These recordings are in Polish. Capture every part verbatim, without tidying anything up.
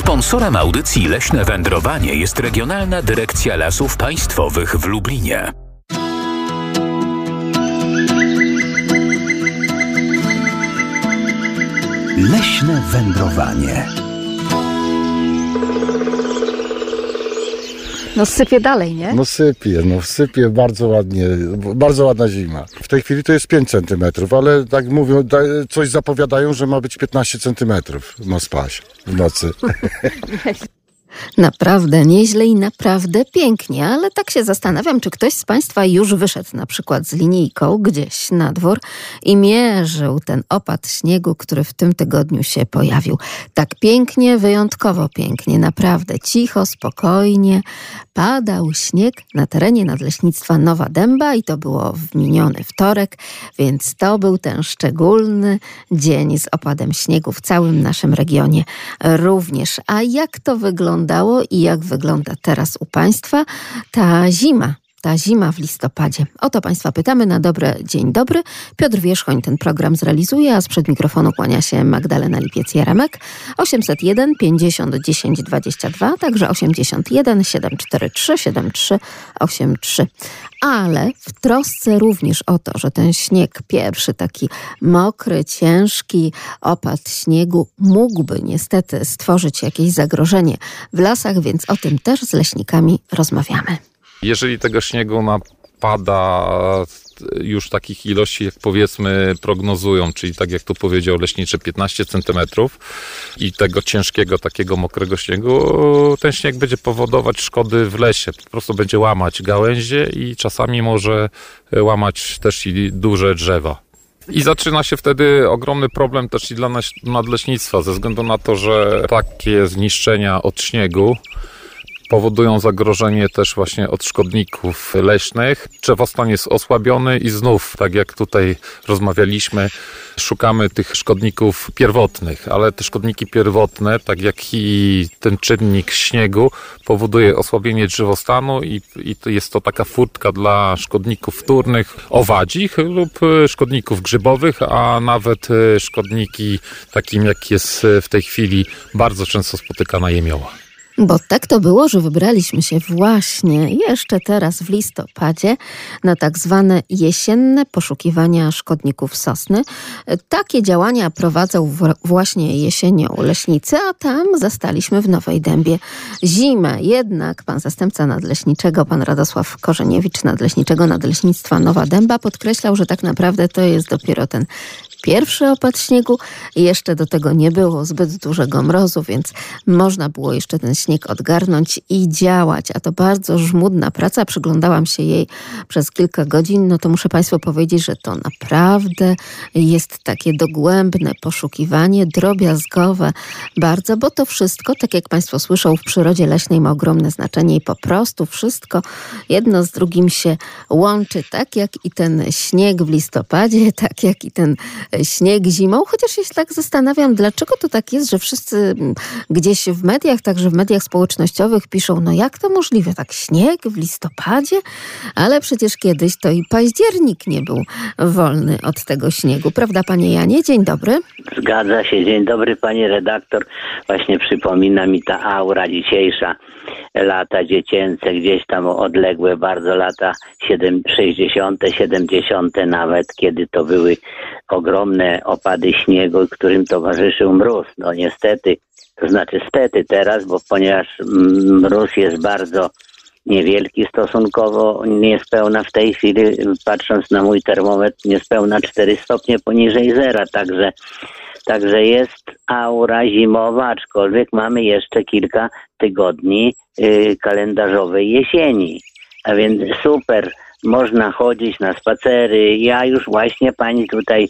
Sponsorem audycji Leśne Wędrowanie jest Regionalna Dyrekcja Lasów Państwowych w Lublinie. Leśne wędrowanie. No sypie dalej, nie? No sypie, no sypie bardzo ładnie, bardzo ładna zima. W tej chwili to jest pięć centymetrów, ale tak mówią, coś zapowiadają, że ma być piętnaście centymetrów ma spaść w nocy. Naprawdę nieźle i naprawdę pięknie, ale tak się zastanawiam, czy ktoś z Państwa już wyszedł na przykład z linijką gdzieś na dwór i mierzył ten opad śniegu, który w tym tygodniu się pojawił. Tak pięknie, wyjątkowo pięknie, naprawdę cicho, spokojnie padał śnieg na terenie Nadleśnictwa Nowa Dęba i to było w miniony wtorek, więc to był ten szczególny dzień z opadem śniegu w całym naszym regionie również. A jak to wygląda? I jak wygląda teraz u Państwa ta zima, ta zima w listopadzie? O to Państwa pytamy na dobre dzień dobry. Piotr Wierzchoń ten program zrealizuje, a sprzed mikrofonu kłania się Magdalena Lipiec-Jaremek. osiemset jeden pięćdziesiąt dziesięć dwadzieścia dwa, także osiemdziesiąt jeden siedemset czterdzieści trzy siedemdziesiąt trzy osiemdziesiąt trzy. Ale w trosce również o to, że ten śnieg pierwszy, taki mokry, ciężki opad śniegu mógłby niestety stworzyć jakieś zagrożenie w lasach, więc o tym też z leśnikami rozmawiamy. Jeżeli tego śniegu napada już takich ilości, jak powiedzmy prognozują, czyli tak jak tu powiedział leśniczy piętnaście centymetrów i tego ciężkiego, takiego mokrego śniegu, ten śnieg będzie powodować szkody w lesie. Po prostu będzie łamać gałęzie i czasami może łamać też i duże drzewa. I zaczyna się wtedy ogromny problem też i dla nadleśnictwa, ze względu na to, że takie zniszczenia od śniegu powodują zagrożenie też właśnie od szkodników leśnych. Drzewostan jest osłabiony i znów, tak jak tutaj rozmawialiśmy, szukamy tych szkodników pierwotnych, ale te szkodniki pierwotne, tak jak i ten czynnik śniegu, powoduje osłabienie drzewostanu i, i to jest to taka furtka dla szkodników wtórnych, owadzich lub szkodników grzybowych, a nawet szkodniki takim jak jest w tej chwili bardzo często spotykana jemioła. Bo tak to było, że wybraliśmy się właśnie jeszcze teraz w listopadzie na tak zwane jesienne poszukiwania szkodników sosny. Takie działania prowadzą w- właśnie jesienią leśnicy, a tam zastaliśmy w Nowej Dębie zimę. Jednak pan zastępca nadleśniczego, pan Radosław Korzeniewicz nadleśniczego Nadleśnictwa Nowa Dęba podkreślał, że tak naprawdę to jest dopiero ten pierwszy opad śniegu i jeszcze do tego nie było zbyt dużego mrozu, więc można było jeszcze ten śnieg odgarnąć i działać. A to bardzo żmudna praca. Przyglądałam się jej przez kilka godzin. No to muszę Państwu powiedzieć, że to naprawdę jest takie dogłębne poszukiwanie, drobiazgowe bardzo, bo to wszystko, tak jak Państwo słyszą, w przyrodzie leśnej ma ogromne znaczenie i po prostu wszystko jedno z drugim się łączy. Tak jak i ten śnieg w listopadzie, tak jak i ten śnieg zimą, chociaż się tak zastanawiam, dlaczego to tak jest, że wszyscy gdzieś w mediach, także w mediach społecznościowych piszą, no jak to możliwe, tak śnieg w listopadzie? Ale przecież kiedyś to i październik nie był wolny od tego śniegu. Prawda, panie Janie? Dzień dobry. Zgadza się. Dzień dobry, pani redaktor. Właśnie przypomina mi ta aura dzisiejsza. Lata dziecięce, gdzieś tam odległe bardzo lata sześćdziesiąte, siedemdziesiąte nawet, kiedy to były ogromne opady śniegu, którym towarzyszył mróz. No niestety, to znaczy stety teraz, bo ponieważ mróz jest bardzo niewielki stosunkowo, niespełna w tej chwili, patrząc na mój termometr, niespełna cztery stopnie poniżej zera, także Także jest aura zimowa, aczkolwiek mamy jeszcze kilka tygodni y, kalendarzowej jesieni. A więc super, można chodzić na spacery. Ja już właśnie pani tutaj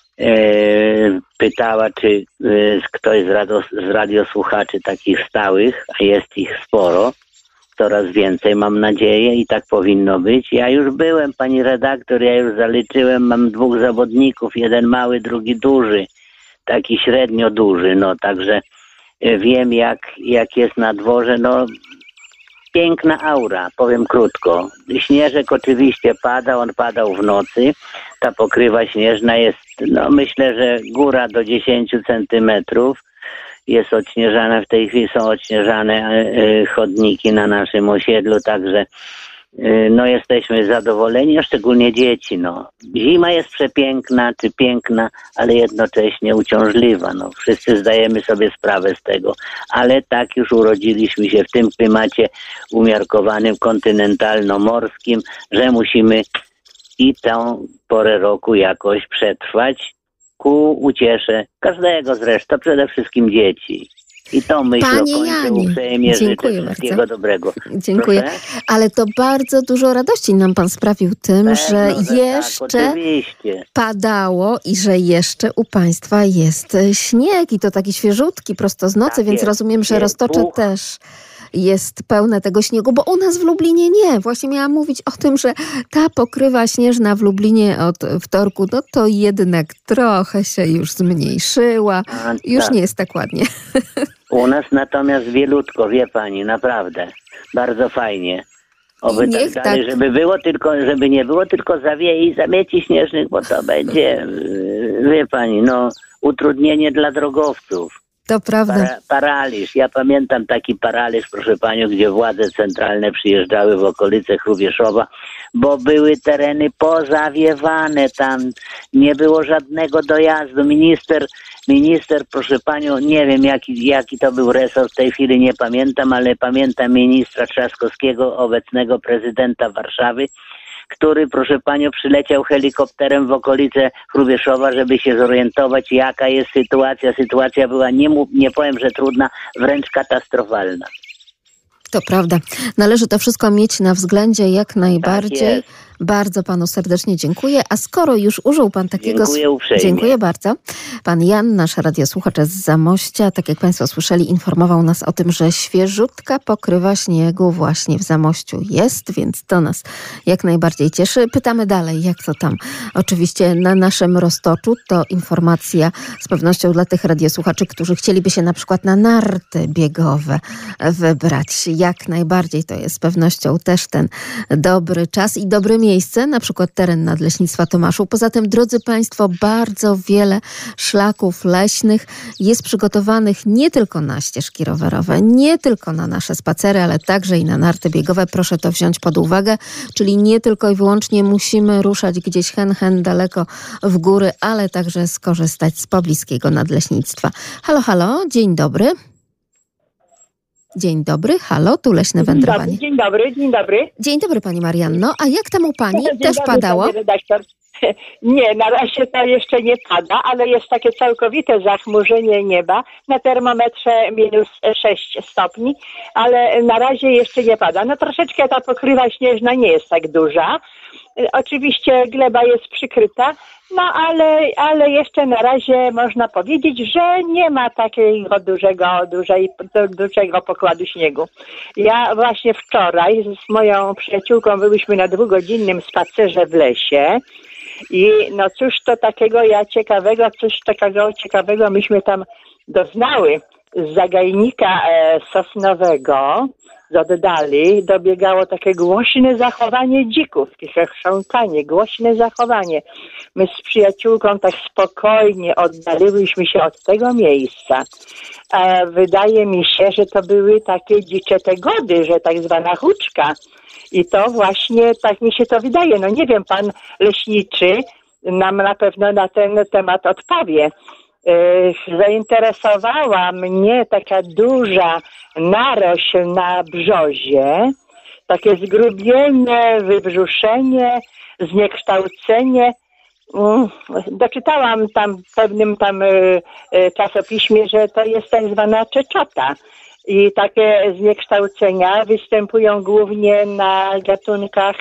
y, pytała, czy y, ktoś z, radio, z radiosłuchaczy takich stałych, a jest ich sporo, coraz więcej mam nadzieję i tak powinno być. Ja już byłem, pani redaktor, ja już zaliczyłem, mam dwóch zawodników, jeden mały, drugi duży. Taki średnio duży, no także wiem jak, jak jest na dworze, no piękna aura, powiem krótko. Śnieżek oczywiście pada, on padał w nocy, ta pokrywa śnieżna jest, no myślę, że góra do dziesięć centymetrów jest odśnieżane, w tej chwili są odśnieżane chodniki na naszym osiedlu, także no jesteśmy zadowoleni, a szczególnie dzieci. No. Zima jest przepiękna, czy piękna, ale jednocześnie uciążliwa. No. Wszyscy zdajemy sobie sprawę z tego, ale tak już urodziliśmy się w tym klimacie umiarkowanym, kontynentalno-morskim, że musimy i tę porę roku jakoś przetrwać ku uciesze każdego zresztą, przede wszystkim dzieci. I to myślę, Panie kończę Janie, uprzejmie, dziękuję życzę wszystkiego bardzo. dobrego. Dziękuję. Proszę? Ale to bardzo dużo radości nam pan sprawił tym, Pewno, że że jeszcze tak, oczywiście. padało i że jeszcze u państwa jest śnieg i to taki świeżutki, prosto z nocy, Tak więc jest, rozumiem, że jest. Roztocze Buch. też jest pełne tego śniegu, bo u nas w Lublinie nie. Właśnie miałam mówić o tym, że ta pokrywa śnieżna w Lublinie od wtorku, no to jednak trochę się już zmniejszyła. A, Już tak. nie jest tak ładnie. U nas natomiast wielutko, wie pani, naprawdę. Bardzo fajnie. Oby I tak niech dalej, tak- żeby było tylko, żeby nie było tylko zawieje i zamieci śnieżnych, bo to będzie, yy, wie pani, no utrudnienie dla drogowców. To prawda. Para, paraliż. Ja pamiętam taki paraliż, proszę panią, gdzie władze centralne przyjeżdżały w okolice Hrubieszowa, bo były tereny pozawiewane, tam nie było żadnego dojazdu. Minister, minister, proszę panią, nie wiem jaki, jaki to był resort, w tej chwili nie pamiętam, ale pamiętam ministra Trzaskowskiego, obecnego prezydenta Warszawy, który, proszę panią, przyleciał helikopterem w okolice Hrubieszowa, żeby się zorientować, jaka jest sytuacja. Sytuacja była, nie, mów, nie powiem, że trudna, wręcz katastrofalna. To prawda. Należy to wszystko mieć na względzie jak najbardziej. Tak jest. Bardzo panu serdecznie dziękuję. A skoro już użył pan takiego... Dziękuję uprzejmie. Dziękuję bardzo. Pan Jan, nasz radiosłuchacz z Zamościa, tak jak państwo słyszeli, informował nas o tym, że świeżutka pokrywa śniegu właśnie w Zamościu jest, więc to nas jak najbardziej cieszy. Pytamy dalej, jak to tam. Oczywiście na naszym Roztoczu to informacja z pewnością dla tych radiosłuchaczy, którzy chcieliby się na przykład na narty biegowe wybrać. Jak najbardziej to jest z pewnością też ten dobry czas i dobre miejsce, na przykład teren Nadleśnictwa Tomaszów. Poza tym, drodzy państwo, bardzo wiele szlaków leśnych jest przygotowanych nie tylko na ścieżki rowerowe, nie tylko na nasze spacery, ale także i na narty biegowe. Proszę to wziąć pod uwagę, czyli nie tylko i wyłącznie musimy ruszać gdzieś hen, hen daleko w góry, ale także skorzystać z pobliskiego nadleśnictwa. Halo, halo, dzień dobry. Dzień dobry, halo, tu Leśne Wędrowanie. Dzień dobry, dzień dobry. Dzień dobry pani Marianno, a jak tam u pani? Dzień Też dobry, padało? panie redaktor. Nie, na razie to jeszcze nie pada, ale jest takie całkowite zachmurzenie nieba. Na termometrze minus sześć stopni, ale na razie jeszcze nie pada. No troszeczkę ta pokrywa śnieżna nie jest tak duża. Oczywiście gleba jest przykryta, no ale, ale jeszcze na razie można powiedzieć, że nie ma takiego dużego, dużej, dużego pokładu śniegu. Ja właśnie wczoraj z moją przyjaciółką byliśmy na dwugodzinnym spacerze w lesie i no cóż to takiego ja ciekawego, coś takiego ciekawego myśmy tam doznały. Z zagajnika e, sosnowego z oddali dobiegało takie głośne zachowanie dzików, takie chrząkanie, głośne zachowanie. My z przyjaciółką tak spokojnie oddaliłyśmy się od tego miejsca. E, wydaje mi się, że to były takie dzicze te gody, że tak zwana huczka. I to właśnie tak mi się to wydaje. No nie wiem, pan leśniczy nam na pewno na ten temat odpowie. Zainteresowała mnie taka duża narośl na brzozie, takie zgrubienie, wybrzuszenie, zniekształcenie. Doczytałam tam w pewnym tam czasopiśmie, że to jest tak zwana czeczota. I takie zniekształcenia występują głównie na gatunkach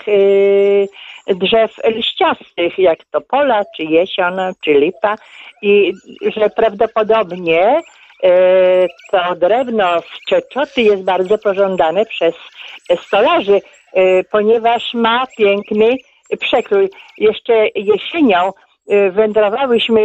drzew liściastych, jak topola, czy jesion, czy lipa. I że prawdopodobnie to drewno z czeczoty jest bardzo pożądane przez stolarzy, ponieważ ma piękny przekrój. Jeszcze jesienią wędrowałyśmy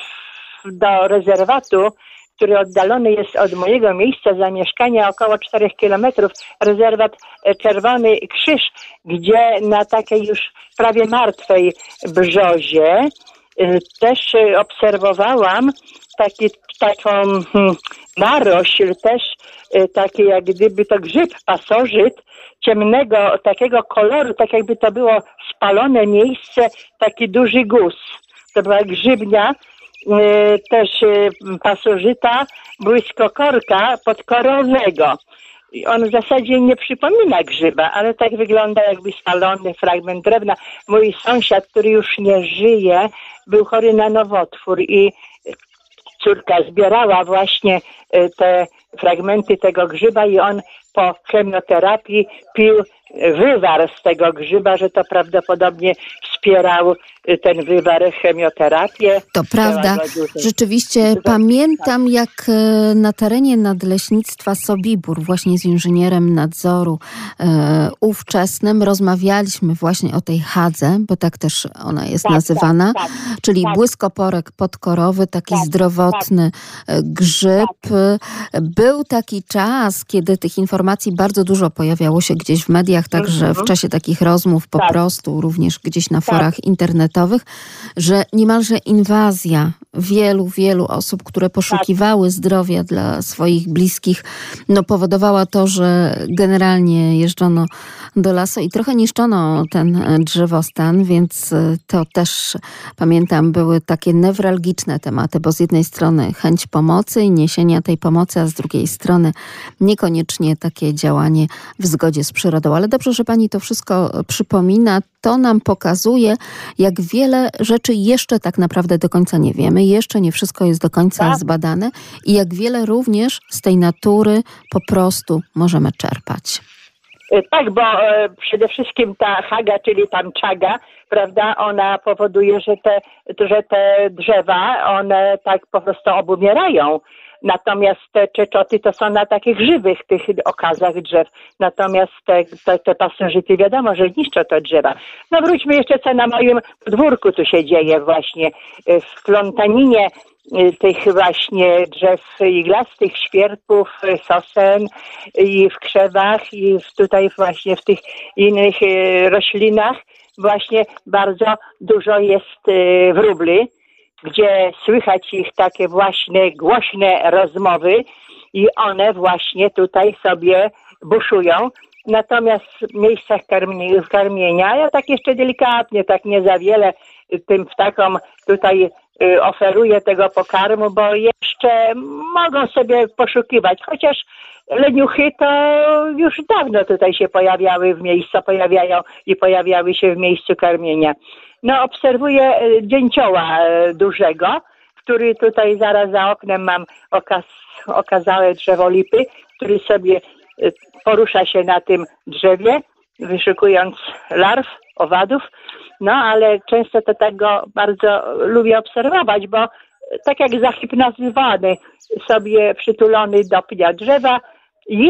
do rezerwatu, który oddalony jest od mojego miejsca zamieszkania około czterech kilometrów, rezerwat Czerwony Krzyż, gdzie na takiej już prawie martwej brzozie też obserwowałam takie taką hmm, narośl też, y, takie jak gdyby to grzyb pasożyt, ciemnego takiego koloru, tak jakby to było spalone miejsce, taki duży guz. To była grzybnia, y, też y, pasożyta, błyskokorka podkorowego. I on w zasadzie nie przypomina grzyba, ale tak wygląda jakby spalony fragment drewna. Mój sąsiad, który już nie żyje, był chory na nowotwór i córka zbierała właśnie te fragmenty tego grzyba i on po chemioterapii pił wywar z tego grzyba, że to prawdopodobnie wspierał ten wywar chemioterapię. To prawda. Rzeczywiście pamiętam, jak na terenie Nadleśnictwa Sobibór, właśnie z inżynierem nadzoru e, ówczesnym, rozmawialiśmy właśnie o tej chadze, bo tak też ona jest tak, nazywana, tak, tak, czyli tak. błyskoporek podkorowy, taki tak, zdrowotny tak. grzyb. Tak. Był taki czas, kiedy tych informacji bardzo dużo pojawiało się gdzieś w mediach, także mm-hmm. w czasie takich rozmów po tak. prostu, również gdzieś na forach tak. internetowych, że niemalże inwazja wielu, wielu osób, które poszukiwały zdrowia dla swoich bliskich, no powodowała to, że generalnie jeżdżono do lasu i trochę niszczono ten drzewostan, więc to też, pamiętam, były takie newralgiczne tematy, bo z jednej strony chęć pomocy i niesienia tej pomocy, a z drugiej strony niekoniecznie takie działanie w zgodzie z przyrodą. Ale dobrze, że pani to wszystko przypomina. To nam pokazuje, jak wiele rzeczy jeszcze tak naprawdę do końca nie wiemy. Jeszcze nie wszystko jest do końca tak. zbadane i jak wiele również z tej natury po prostu możemy czerpać. Tak, bo e, przede wszystkim ta haga, czyli tam czaga, prawda, ona powoduje, że te, że te drzewa, one tak po prostu obumierają. Natomiast te czeczoty to są na takich żywych tych okazach drzew. Natomiast te, te, te pasożyty wiadomo, że niszczą te drzewa. No wróćmy jeszcze, co na moim podwórku tu się dzieje właśnie. W plątaninie tych właśnie drzew iglastych, świerków, sosen i w krzewach i w, tutaj właśnie w tych innych roślinach właśnie bardzo dużo jest wróbli, gdzie słychać ich takie właśnie głośne rozmowy i one właśnie tutaj sobie buszują. Natomiast w miejscach karmi- karmienia, ja tak jeszcze delikatnie, tak nie za wiele tym ptakom tutaj y, oferuję tego pokarmu, bo jeszcze mogą sobie poszukiwać. Chociaż leniuchy to już dawno tutaj się pojawiały w miejscu, pojawiają i pojawiały się w miejscu karmienia. No obserwuję dzięcioła dużego, który tutaj zaraz za oknem mam okaz- okazałe drzewo lipy, który sobie porusza się na tym drzewie, wyszukując larw, owadów, no ale często to tego bardzo lubię obserwować, bo tak jak zahipnotyzowany sobie przytulony do pnia drzewa i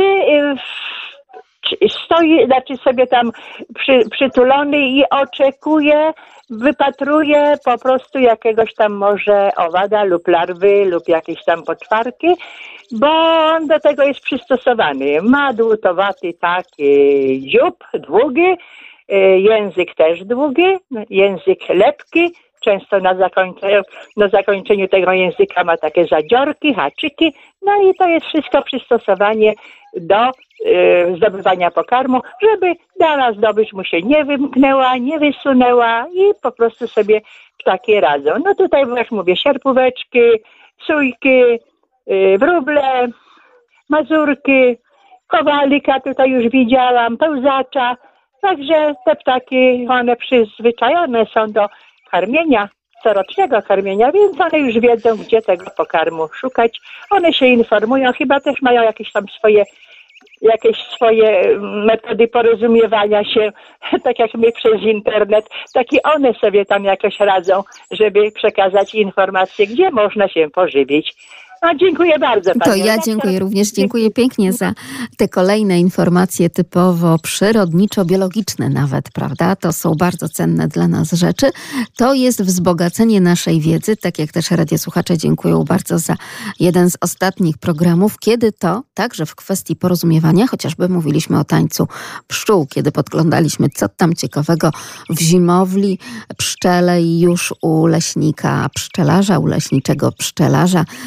stoi, znaczy sobie tam przy, przytulony i oczekuje, wypatruje po prostu jakiegoś tam może owada lub larwy lub jakieś tam potwarki, bo on do tego jest przystosowany. Ma dłutowaty taki dziób, długi, język też długi, język lepki. Często na zakończeniu, na zakończeniu tego języka ma takie zadziorki, haczyki. No i to jest wszystko przystosowanie do y, zdobywania pokarmu, żeby dana zdobycz mu się nie wymknęła, nie wysunęła i po prostu sobie ptaki radzą. No tutaj, jak mówię, sierpóweczki, sójki, y, wróble, mazurki, kowalika tutaj już widziałam, pełzacza. Także te ptaki, one przyzwyczajone są do karmienia, corocznego karmienia, więc one już wiedzą, gdzie tego pokarmu szukać. One się informują, chyba też mają jakieś tam swoje, jakieś swoje metody porozumiewania się, tak jak my przez internet, tak i one sobie tam jakoś radzą, żeby przekazać informacje, gdzie można się pożywić. No, dziękuję bardzo. To ja dziękuję również. Dziękuję pięknie za te kolejne informacje typowo przyrodniczo-biologiczne nawet, prawda? To są bardzo cenne dla nas rzeczy. To jest wzbogacenie naszej wiedzy, tak jak też radiosłuchacze dziękują bardzo za jeden z ostatnich programów, kiedy to także w kwestii porozumiewania, chociażby mówiliśmy o tańcu pszczół, kiedy podglądaliśmy, co tam ciekawego w zimowli, pszczele i już u leśnika pszczelarza, u leśniczego pszczelarza, więc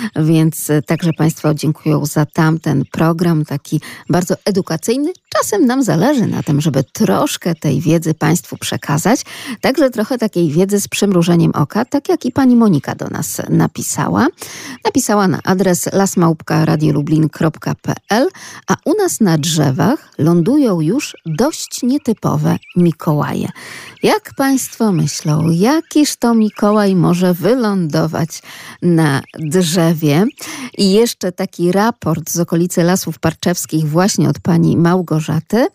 więc także Państwo dziękują za tamten program, taki bardzo edukacyjny. Czasem nam zależy na tym, żeby troszkę tej wiedzy Państwu przekazać, także trochę takiej wiedzy z przymrużeniem oka, tak jak i pani Monika do nas napisała. Napisała na adres las małpka radio lublin kropka p l, a u nas na drzewach lądują już dość nietypowe Mikołaje. Jak Państwo myślą, jakiż to Mikołaj może wylądować na drzewie? I jeszcze taki raport z okolicy Lasów Parczewskich właśnie od pani Małgorzaty.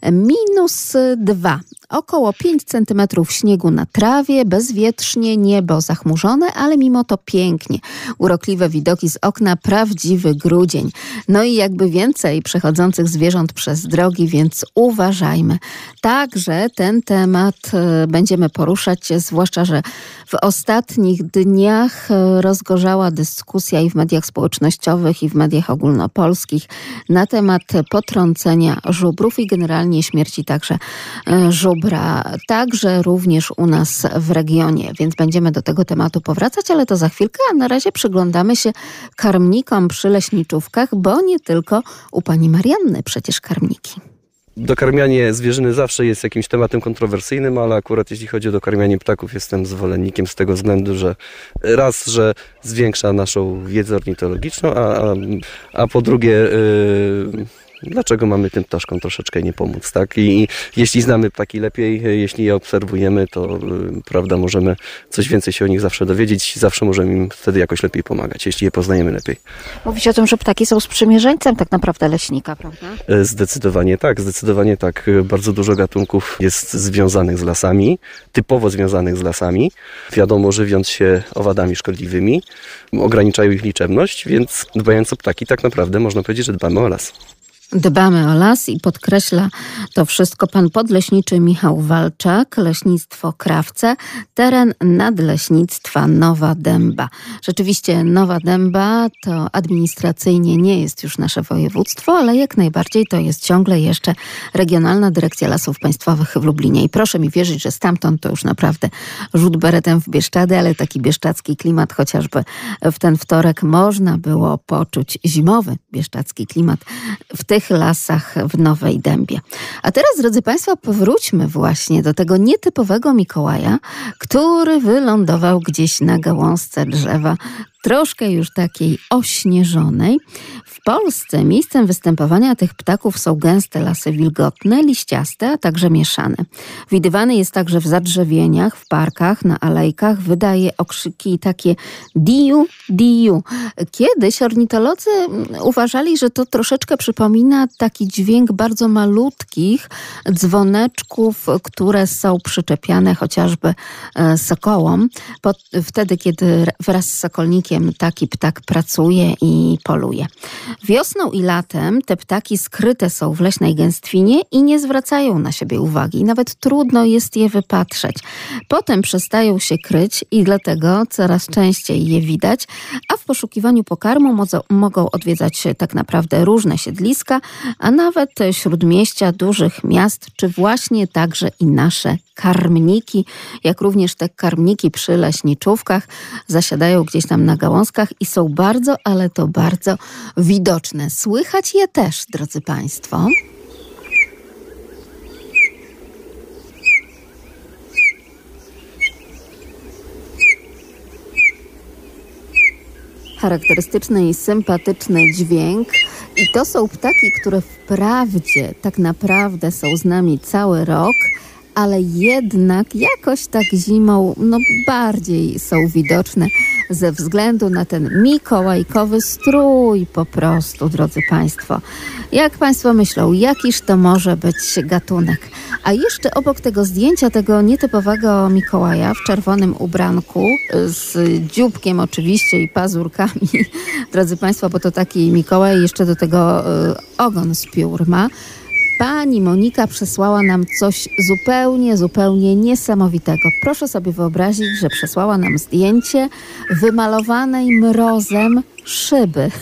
Minus dwa. Około pięć centymetrów śniegu na trawie, bezwietrznie, niebo zachmurzone, ale mimo to pięknie. Urokliwe widoki z okna, prawdziwy grudzień. No i jakby więcej przechodzących zwierząt przez drogi, więc uważajmy. Także ten temat będziemy poruszać, zwłaszcza, że w ostatnich dniach rozgorzała dyskusja i w mediach społecznościowych, i w mediach ogólnopolskich na temat potrącenia żubrów i generalnie śmierci także żubrów. Także również u nas w regionie, więc będziemy do tego tematu powracać, ale to za chwilkę, a na razie przyglądamy się karmnikom przy leśniczówkach, bo nie tylko u pani Marianny przecież karmniki. Dokarmianie zwierzyny zawsze jest jakimś tematem kontrowersyjnym, ale akurat jeśli chodzi o dokarmianie ptaków, jestem zwolennikiem z tego względu, że raz, że zwiększa naszą wiedzę ornitologiczną, a, a, a po drugie... Yy, Dlaczego mamy tym ptaszkom troszeczkę nie pomóc, tak? I jeśli znamy ptaki lepiej, jeśli je obserwujemy, to prawda, możemy coś więcej się o nich zawsze dowiedzieć, zawsze możemy im wtedy jakoś lepiej pomagać, jeśli je poznajemy lepiej. Mówicie o tym, że ptaki są sprzymierzeńcem tak naprawdę leśnika, prawda? Zdecydowanie tak, zdecydowanie tak. Bardzo dużo gatunków jest związanych z lasami, typowo związanych z lasami. Wiadomo, żywiąc się owadami szkodliwymi, ograniczają ich liczebność, więc dbając o ptaki, tak naprawdę można powiedzieć, że dbamy o las. Dbamy o las i podkreśla to wszystko pan podleśniczy Michał Walczak, Leśnictwo Krawce, teren Nadleśnictwa Nowa Dęba. Rzeczywiście Nowa Dęba to administracyjnie nie jest już nasze województwo, ale jak najbardziej to jest ciągle jeszcze Regionalna Dyrekcja Lasów Państwowych w Lublinie. I proszę mi wierzyć, że stamtąd to już naprawdę rzut beretem w Bieszczady, ale taki bieszczadzki klimat chociażby w ten wtorek można było poczuć zimowy bieszczadzki klimat w tych lasach w Nowej Dębie. A teraz, drodzy Państwo, powróćmy właśnie do tego nietypowego Mikołaja, który wylądował gdzieś na gałązce drzewa, troszkę już takiej ośnieżonej. W Polsce miejscem występowania tych ptaków są gęste lasy wilgotne, liściaste, a także mieszane. Widywany jest także w zadrzewieniach, w parkach, na alejkach. Wydaje okrzyki takie diu, diu. Kiedyś ornitolodzy uważali, że to troszeczkę przypomina taki dźwięk bardzo malutkich dzwoneczków, które są przyczepiane chociażby sokołom. Pod, wtedy, kiedy wraz z sokolnikiem taki ptak pracuje i poluje. Wiosną i latem te ptaki skryte są w leśnej gęstwinie i nie zwracają na siebie uwagi. Nawet trudno jest je wypatrzeć. Potem przestają się kryć i dlatego coraz częściej je widać, a w poszukiwaniu pokarmu mo- mogą odwiedzać tak naprawdę różne siedliska, a nawet śródmieścia dużych miast, czy właśnie także i nasze karmniki, jak również te karmniki przy leśniczówkach zasiadają gdzieś tam na gałązkach i są bardzo, ale to bardzo widoczne. Słychać je też, drodzy Państwo. Charakterystyczny i sympatyczny dźwięk. I to są ptaki, które wprawdzie tak naprawdę są z nami cały rok, ale jednak jakoś tak zimą no bardziej są widoczne ze względu na ten mikołajkowy strój po prostu, drodzy Państwo. Jak Państwo myślą, jakiż to może być gatunek? A jeszcze obok tego zdjęcia, tego nietypowego Mikołaja w czerwonym ubranku, z dzióbkiem oczywiście i pazurkami, drodzy Państwo, bo to taki Mikołaj jeszcze do tego y, ogon z piór ma, pani Monika przesłała nam coś zupełnie, zupełnie niesamowitego. Proszę sobie wyobrazić, że przesłała nam zdjęcie wymalowanej mrozem Szyby.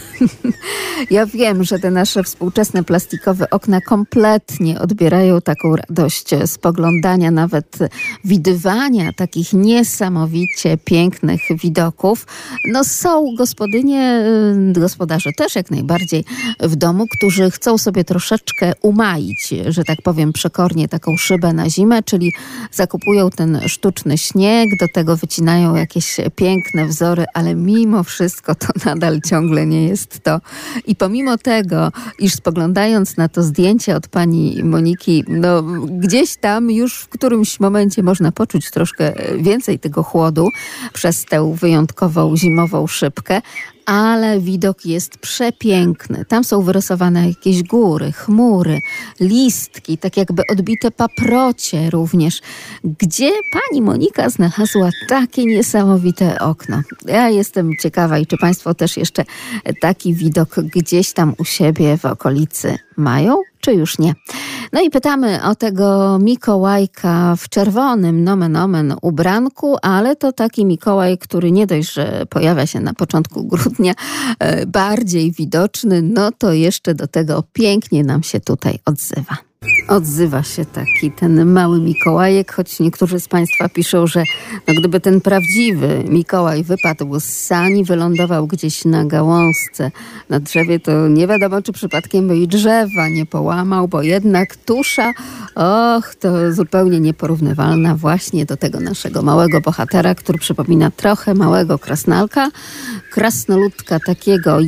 Ja wiem, że te nasze współczesne plastikowe okna kompletnie odbierają taką radość spoglądania, nawet widywania takich niesamowicie pięknych widoków. No są gospodynie, gospodarze też jak najbardziej w domu, którzy chcą sobie troszeczkę umaić, że tak powiem przekornie, taką szybę na zimę, czyli zakupują ten sztuczny śnieg, do tego wycinają jakieś piękne wzory, ale mimo wszystko to nadal ciągle nie jest to. I pomimo tego, iż spoglądając na to zdjęcie od pani Moniki, no gdzieś tam już w którymś momencie można poczuć troszkę więcej tego chłodu przez tę wyjątkową zimową szybkę, ale widok jest przepiękny. Tam są wyrysowane jakieś góry, chmury, listki, tak jakby odbite paprocie również. Gdzie pani Monika znalazła takie niesamowite okno? Ja jestem ciekawa i czy państwo też jeszcze taki widok gdzieś tam u siebie w okolicy mają, czy już nie? No i pytamy o tego Mikołajka w czerwonym nomen omen ubranku, ale to taki Mikołaj, który nie dość, że pojawia się na początku grudnia, bardziej widoczny, no to jeszcze do tego pięknie nam się tutaj odzywa. Odzywa się taki ten mały Mikołajek, choć niektórzy z państwa piszą, że no gdyby ten prawdziwy Mikołaj wypadł z sani, wylądował gdzieś na gałązce na drzewie, to nie wiadomo, czy przypadkiem by i drzewa nie połamał, bo jednak tusza, och, to zupełnie nieporównywalna właśnie do tego naszego małego bohatera, który przypomina trochę małego krasnalka, krasnoludka takiego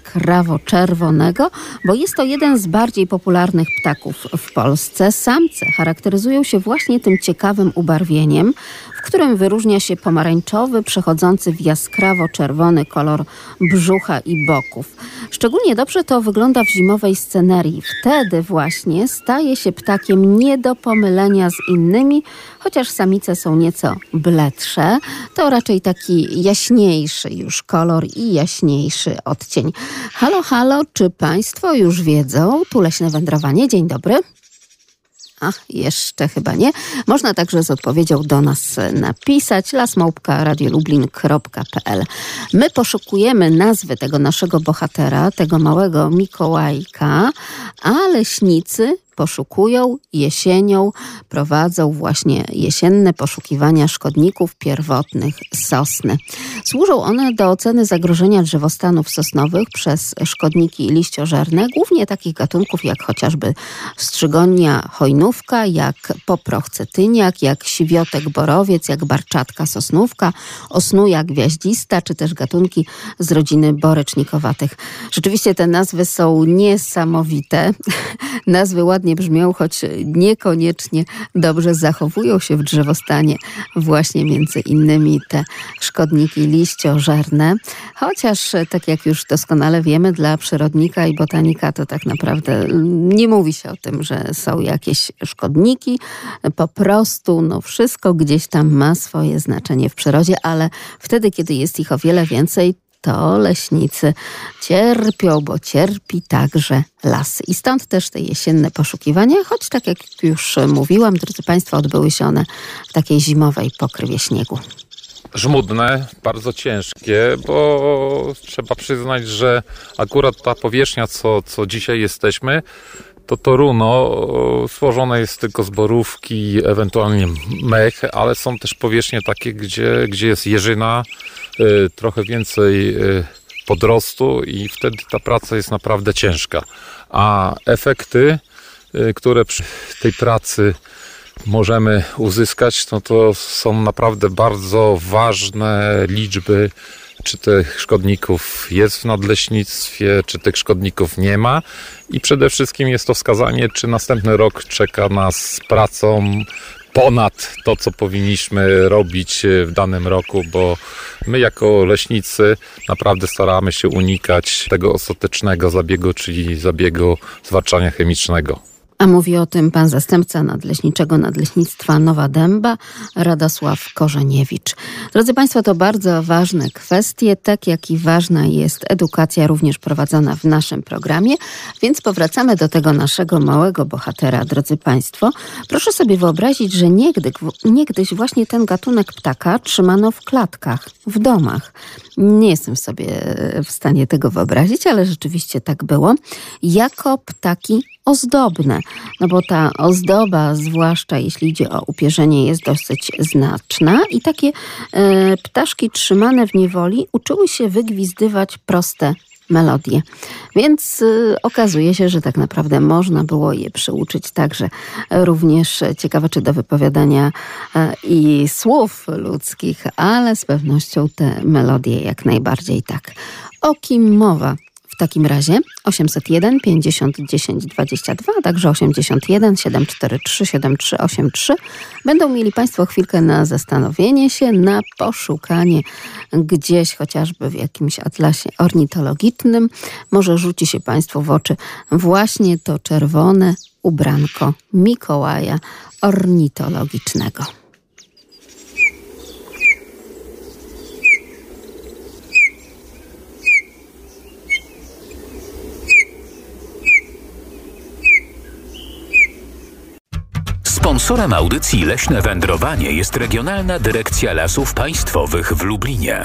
jaskrawo-czerwonego, bo jest to jeden z bardziej popularnych ptaków w Polsce. Samce charakteryzują się właśnie tym ciekawym ubarwieniem, w którym wyróżnia się pomarańczowy, przechodzący w jaskrawo-czerwony kolor brzucha i boków. Szczególnie dobrze to wygląda w zimowej scenerii. Wtedy właśnie staje się ptakiem nie do pomylenia z innymi, chociaż samice są nieco bledsze. To raczej taki jaśniejszy już kolor i jaśniejszy odcień. Halo, halo, czy państwo już wiedzą? Tu Leśne Wędrowanie. Dzień dobry. Ach, jeszcze chyba nie. Można także z odpowiedzią do nas napisać lasmałpka radiolublin kropka pe el. My poszukujemy nazwy tego naszego bohatera, tego małego Mikołajka, a leśnicy poszukują jesienią, prowadzą właśnie jesienne poszukiwania szkodników pierwotnych sosny. Służą one do oceny zagrożenia drzewostanów sosnowych przez szkodniki liściożerne, głównie takich gatunków jak chociażby strzygonia hojnówka, jak poproch cetyniak, jak siwiotek borowiec, jak barczatka sosnówka, osnuja gwiaździsta, czy też gatunki z rodziny borecznikowatych. Rzeczywiście te nazwy są niesamowite. Nazwy ładnie brzmią, choć niekoniecznie dobrze zachowują się w drzewostanie właśnie między innymi te szkodniki liściożerne. Chociaż, tak jak już doskonale wiemy, dla przyrodnika i botanika to tak naprawdę nie mówi się o tym, że są jakieś szkodniki. Po prostu no wszystko gdzieś tam ma swoje znaczenie w przyrodzie, ale wtedy, kiedy jest ich o wiele więcej, to leśnicy cierpią, bo cierpi także las. I stąd też te jesienne poszukiwania, choć tak jak już mówiłam, drodzy państwo, odbyły się one w takiej zimowej pokrywie śniegu. Żmudne, bardzo ciężkie, bo trzeba przyznać, że akurat ta powierzchnia, co, co dzisiaj jesteśmy, to to runo złożone jest tylko z borówki, ewentualnie mech, ale są też powierzchnie takie, gdzie, gdzie jest jeżyna, y, trochę więcej y, podrostu i wtedy ta praca jest naprawdę ciężka. A efekty, y, które przy tej pracy możemy uzyskać, no to są naprawdę bardzo ważne liczby, czy tych szkodników jest w nadleśnictwie, czy tych szkodników nie ma. I przede wszystkim jest to wskazanie, czy następny rok czeka nas z pracą ponad to, co powinniśmy robić w danym roku, bo my jako leśnicy naprawdę staramy się unikać tego ostatecznego zabiegu, czyli zabiegu zwalczania chemicznego. A mówi o tym pan zastępca nadleśniczego Nadleśnictwa Nowa Dęba, Radosław Korzeniewicz. Drodzy Państwo, to bardzo ważne kwestie, tak jak i ważna jest edukacja również prowadzona w naszym programie, więc powracamy do tego naszego małego bohatera, drodzy Państwo. Proszę sobie wyobrazić, że niegdyś, niegdyś właśnie ten gatunek ptaka trzymano w klatkach, w domach. Nie jestem sobie w stanie tego wyobrazić, ale rzeczywiście tak było. Jako ptaki ozdobne, no bo ta ozdoba, zwłaszcza jeśli idzie o upierzenie, jest dosyć znaczna i takie e, ptaszki trzymane w niewoli uczyły się wygwizdywać proste melodie. Więc y, okazuje się, że tak naprawdę można było je przyuczyć także również, ciekawe czy do wypowiadania y, i słów ludzkich, ale z pewnością te melodie jak najbardziej tak. O kim mowa? W takim razie osiemset jeden pięćdziesiąt dziesięć dwadzieścia dwa, a także osiemdziesiąt jeden siedemset czterdzieści trzy siedemdziesiąt trzy osiemdziesiąt trzy. Będą mieli Państwo chwilkę na zastanowienie się, na poszukanie gdzieś, chociażby w jakimś atlasie ornitologicznym. Może rzuci się Państwu w oczy właśnie to czerwone ubranko Mikołaja ornitologicznego. Sponsorem audycji Leśne Wędrowanie jest Regionalna Dyrekcja Lasów Państwowych w Lublinie.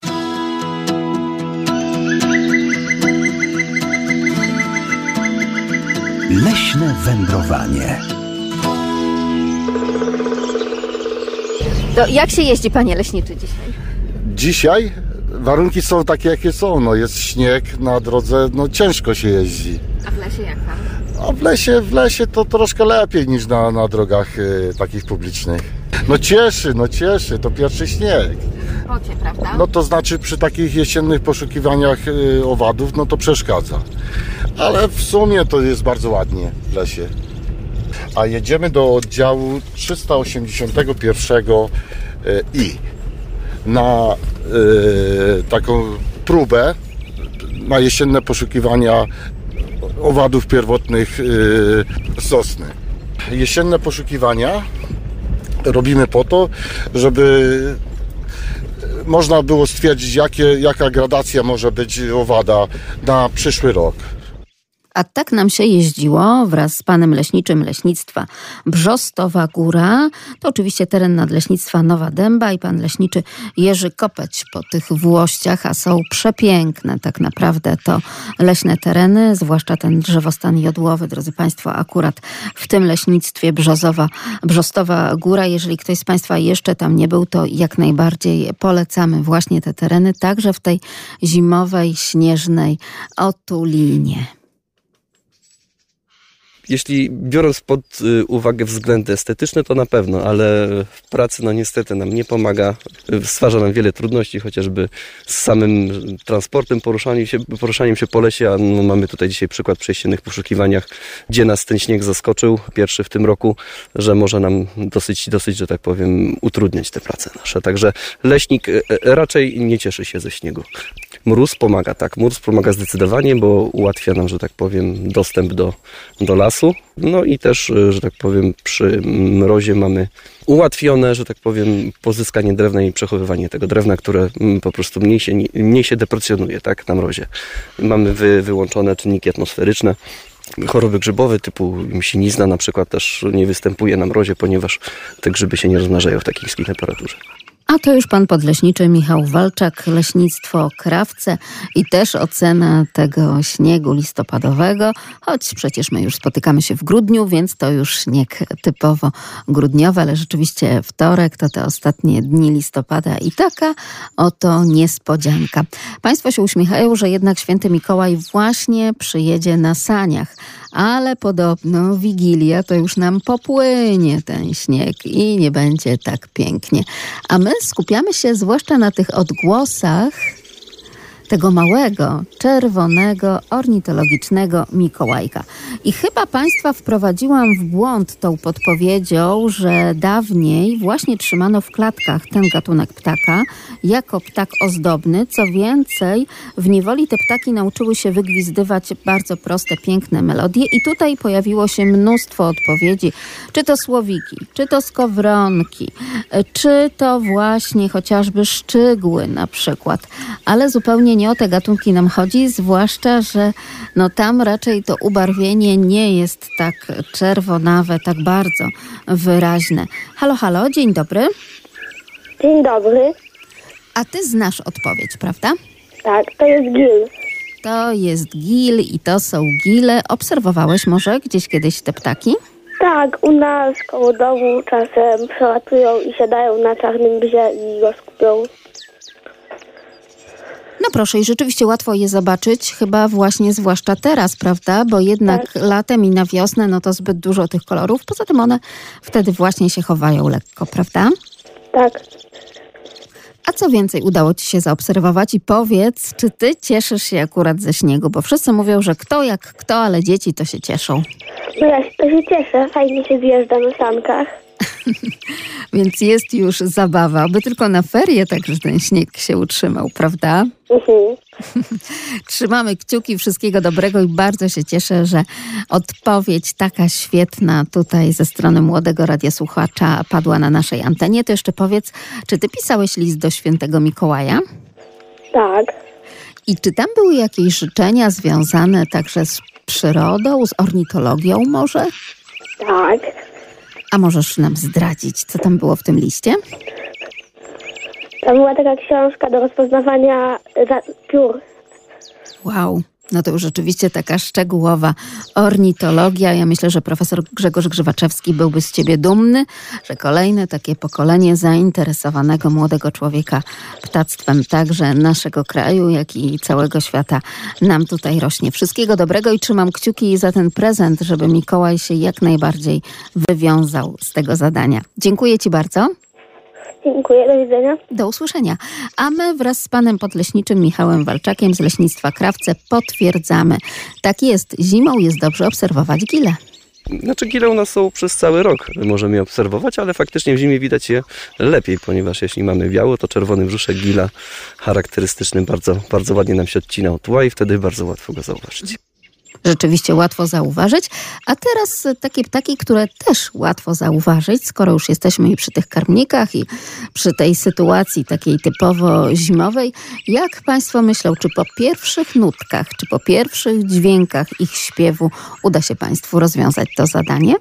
Leśne wędrowanie. To jak się jeździ, panie leśniczy, dzisiaj? Dzisiaj warunki są takie, jakie są. No, jest śnieg na drodze, no ciężko się jeździ. A w lesie jak tam? A w lesie, w lesie to troszkę lepiej niż na, na drogach y, takich publicznych. No cieszy, no cieszy, to pierwszy śnieg. Pocie, prawda? No to znaczy przy takich jesiennych poszukiwaniach y, owadów, no to przeszkadza. Ale w sumie to jest bardzo ładnie w lesie. A jedziemy do oddziału trzysta osiemdziesiątego pierwszego y, I na y, taką próbę na jesienne poszukiwania owadów pierwotnych yy, sosny. Jesienne poszukiwania robimy po to, żeby można było stwierdzić, jakie, jaka gradacja może być owada na przyszły rok. A tak nam się jeździło wraz z panem leśniczym Leśnictwa Brzostowa Góra. To oczywiście teren Nadleśnictwa Nowa Dęba i pan leśniczy Jerzy Kopeć po tych włościach, a są przepiękne tak naprawdę to leśne tereny, zwłaszcza ten drzewostan jodłowy, drodzy Państwo, akurat w tym leśnictwie Brzozowa, Brzostowa Góra. Jeżeli ktoś z Państwa jeszcze tam nie był, to jak najbardziej polecamy właśnie te tereny, także w tej zimowej, śnieżnej otulinie. Jeśli biorąc pod uwagę względy estetyczne, to na pewno, ale w pracy no niestety nam nie pomaga, stwarza nam wiele trudności, chociażby z samym transportem, poruszaniem się, poruszaniem się po lesie, a no mamy tutaj dzisiaj przykład przy jesiennych poszukiwaniach, gdzie nas ten śnieg zaskoczył, pierwszy w tym roku, że może nam dosyć, dosyć, że tak powiem, utrudniać te prace nasze. Także leśnik raczej nie cieszy się ze śniegu. Mróz pomaga, tak, mróz pomaga zdecydowanie, bo ułatwia nam, że tak powiem, dostęp do, do lasu. No i też, że tak powiem, przy mrozie mamy ułatwione, że tak powiem, pozyskanie drewna i przechowywanie tego drewna, które po prostu mniej się, mniej się deprecjonuje, tak, na mrozie. Mamy wy, wyłączone czynniki atmosferyczne. Choroby grzybowe typu sinizna na przykład też nie występuje na mrozie, ponieważ te grzyby się nie rozmnażają w takiej niskiej temperaturze. A to już pan podleśniczy Michał Walczak, Leśnictwo Krawce i też ocena tego śniegu listopadowego, choć przecież my już spotykamy się w grudniu, więc to już śnieg typowo grudniowy, ale rzeczywiście wtorek to te ostatnie dni listopada i taka oto niespodzianka. Państwo się uśmiechają, że jednak święty Mikołaj właśnie przyjedzie na saniach, ale podobno Wigilia to już nam popłynie ten śnieg i nie będzie tak pięknie. A my skupiamy się zwłaszcza na tych odgłosach tego małego, czerwonego, ornitologicznego Mikołajka. I chyba Państwa wprowadziłam w błąd tą podpowiedzią, że dawniej właśnie trzymano w klatkach ten gatunek ptaka jako ptak ozdobny. Co więcej, w niewoli te ptaki nauczyły się wygwizdywać bardzo proste, piękne melodie i tutaj pojawiło się mnóstwo odpowiedzi, czy to słowiki, czy to skowronki, czy to właśnie chociażby szczygły na przykład. Ale zupełnie nie o te gatunki nam chodzi, zwłaszcza, że no tam raczej to ubarwienie nie jest tak czerwonawe, tak bardzo wyraźne. Halo, halo, dzień dobry. Dzień dobry. A ty znasz odpowiedź, prawda? Tak, to jest gil. To jest gil i to są gile. Obserwowałeś może gdzieś kiedyś te ptaki? Tak, u nas koło domu czasem przelatują i siadają na czarnym bzie i go skupią. No proszę, i rzeczywiście łatwo je zobaczyć, chyba właśnie zwłaszcza teraz, prawda? Bo jednak tak. Latem i na wiosnę, no to zbyt dużo tych kolorów. Poza tym one wtedy właśnie się chowają lekko, prawda? Tak. A co więcej udało ci się zaobserwować? I powiedz, czy ty cieszysz się akurat ze śniegu? Bo wszyscy mówią, że kto jak kto, ale dzieci to się cieszą. No ja to się cieszę, fajnie się zjeżdża na sankach. Więc jest już zabawa, by tylko na ferie także ten śnieg się utrzymał, prawda? Uh-huh. Trzymamy kciuki, wszystkiego dobrego i bardzo się cieszę, że odpowiedź taka świetna tutaj ze strony młodego radiosłuchacza padła na naszej antenie. To jeszcze powiedz, czy ty pisałeś list do świętego Mikołaja? Tak. I czy tam były jakieś życzenia związane także z przyrodą, z ornitologią może? Tak. A możesz nam zdradzić, co tam było w tym liście? To była taka książka do rozpoznawania piór. Wow, no to już rzeczywiście taka szczegółowa ornitologia. Ja myślę, że profesor Grzegorz Grzywaczewski byłby z ciebie dumny, że kolejne takie pokolenie zainteresowanego młodego człowieka ptactwem także naszego kraju, jak i całego świata nam tutaj rośnie. Wszystkiego dobrego i trzymam kciuki za ten prezent, żeby Mikołaj się jak najbardziej wywiązał z tego zadania. Dziękuję ci bardzo. Dziękuję, do widzenia. Do usłyszenia. A my wraz z panem podleśniczym Michałem Walczakiem z Leśnictwa Krawce potwierdzamy. Tak jest, zimą jest dobrze obserwować gile. Znaczy gile u nas są przez cały rok, możemy je obserwować, ale faktycznie w zimie widać je lepiej, ponieważ jeśli mamy biało, to czerwony brzuszek gila charakterystyczny bardzo, bardzo ładnie nam się odcina od tła i wtedy bardzo łatwo go zauważyć. Rzeczywiście łatwo zauważyć. A teraz takie ptaki, które też łatwo zauważyć, skoro już jesteśmy i przy tych karmnikach i przy tej sytuacji takiej typowo zimowej. Jak Państwo myślą, czy po pierwszych nutkach, czy po pierwszych dźwiękach ich śpiewu uda się Państwu rozwiązać to zadanie?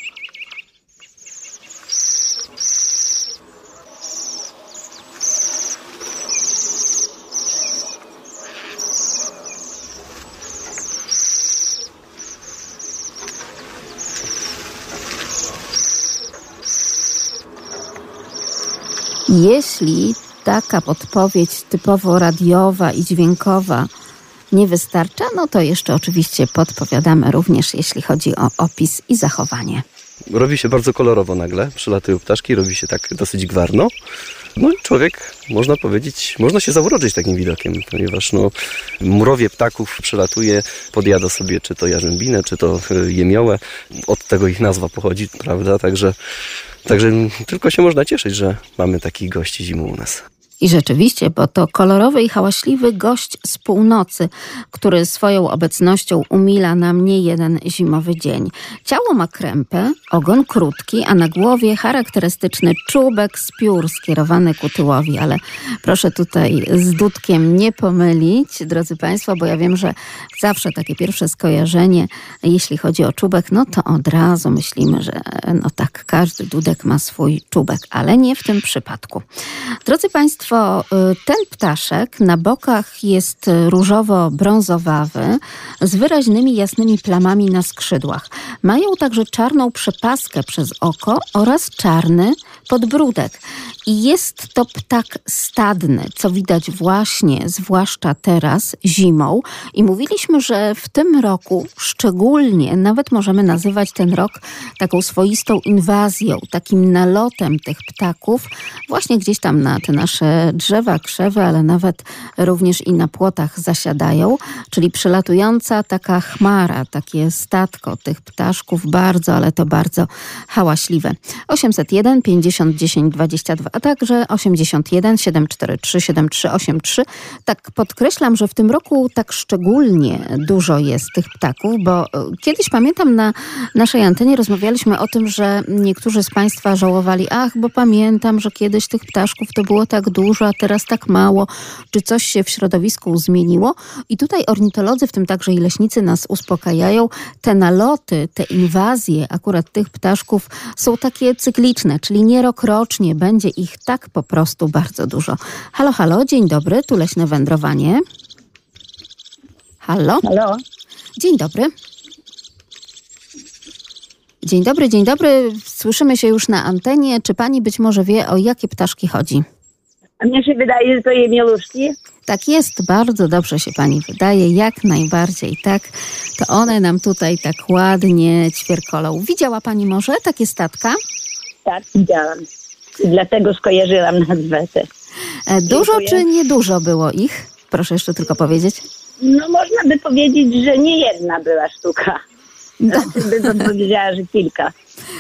Jeśli taka podpowiedź typowo radiowa i dźwiękowa nie wystarcza, no to jeszcze oczywiście podpowiadamy również, jeśli chodzi o opis i zachowanie. Robi się bardzo kolorowo nagle, przylatują ptaszki, robi się tak dosyć gwarno. No i człowiek, można powiedzieć, można się zauroczyć takim widokiem, ponieważ no, mrowie ptaków przylatuje, podjada sobie czy to jarzębinę, czy to jemiołę. Od tego ich nazwa pochodzi, prawda? Także, także tylko się można cieszyć, że mamy takich gości zimą u nas. I rzeczywiście, bo to kolorowy i hałaśliwy gość z północy, który swoją obecnością umila nam nie jeden zimowy dzień. Ciało ma krępę, ogon krótki, a na głowie charakterystyczny czubek z piór skierowany ku tyłowi. Ale proszę tutaj z dudkiem nie pomylić, drodzy Państwo, bo ja wiem, że zawsze takie pierwsze skojarzenie, jeśli chodzi o czubek, no to od razu myślimy, że no tak, każdy dudek ma swój czubek, ale nie w tym przypadku. Drodzy Państwo, ten ptaszek na bokach jest różowo-brązowawy z wyraźnymi jasnymi plamami na skrzydłach. Mają także czarną przepaskę przez oko oraz czarny podbródek. I jest to ptak stadny, co widać właśnie, zwłaszcza teraz, zimą. I mówiliśmy, że w tym roku szczególnie, nawet możemy nazywać ten rok taką swoistą inwazją, takim nalotem tych ptaków, właśnie gdzieś tam na te nasze że drzewa, krzewy, ale nawet również i na płotach zasiadają, czyli przelatująca taka chmara, takie statko tych ptaszków, bardzo, ale to bardzo hałaśliwe. osiemset jeden pięćdziesiąt dziesięć dwadzieścia dwa, a także osiemdziesiąt jeden siedem cztery trzy siedem trzy osiem trzy. Tak podkreślam, że w tym roku tak szczególnie dużo jest tych ptaków, bo kiedyś pamiętam na naszej antenie rozmawialiśmy o tym, że niektórzy z Państwa żałowali, ach, bo pamiętam, że kiedyś tych ptaszków to było tak dużo, a teraz tak mało. Czy coś się w środowisku zmieniło? I tutaj ornitolodzy, w tym także i leśnicy, nas uspokajają. Te naloty, te inwazje akurat tych ptaszków są takie cykliczne, czyli nie rokrocznie, będzie ich tak po prostu bardzo dużo. Halo, halo, dzień dobry, tu Leśne Wędrowanie. Halo? Halo? Dzień dobry. Dzień dobry, dzień dobry. Słyszymy się już na antenie. Czy pani być może wie, o jakie ptaszki chodzi? A mnie się wydaje, że to jemiołuszki. Tak jest, bardzo dobrze się pani wydaje, jak najbardziej, tak? To one nam tutaj tak ładnie ćwierkolą. Widziała pani może takie statka? Tak, widziałam. I dlatego skojarzyłam nazwę tę. Dużo Dziękuję. czy niedużo było ich? Proszę jeszcze tylko powiedzieć. No można by powiedzieć, że nie jedna była sztuka. No. Znaczy bym powiedziała, że kilka.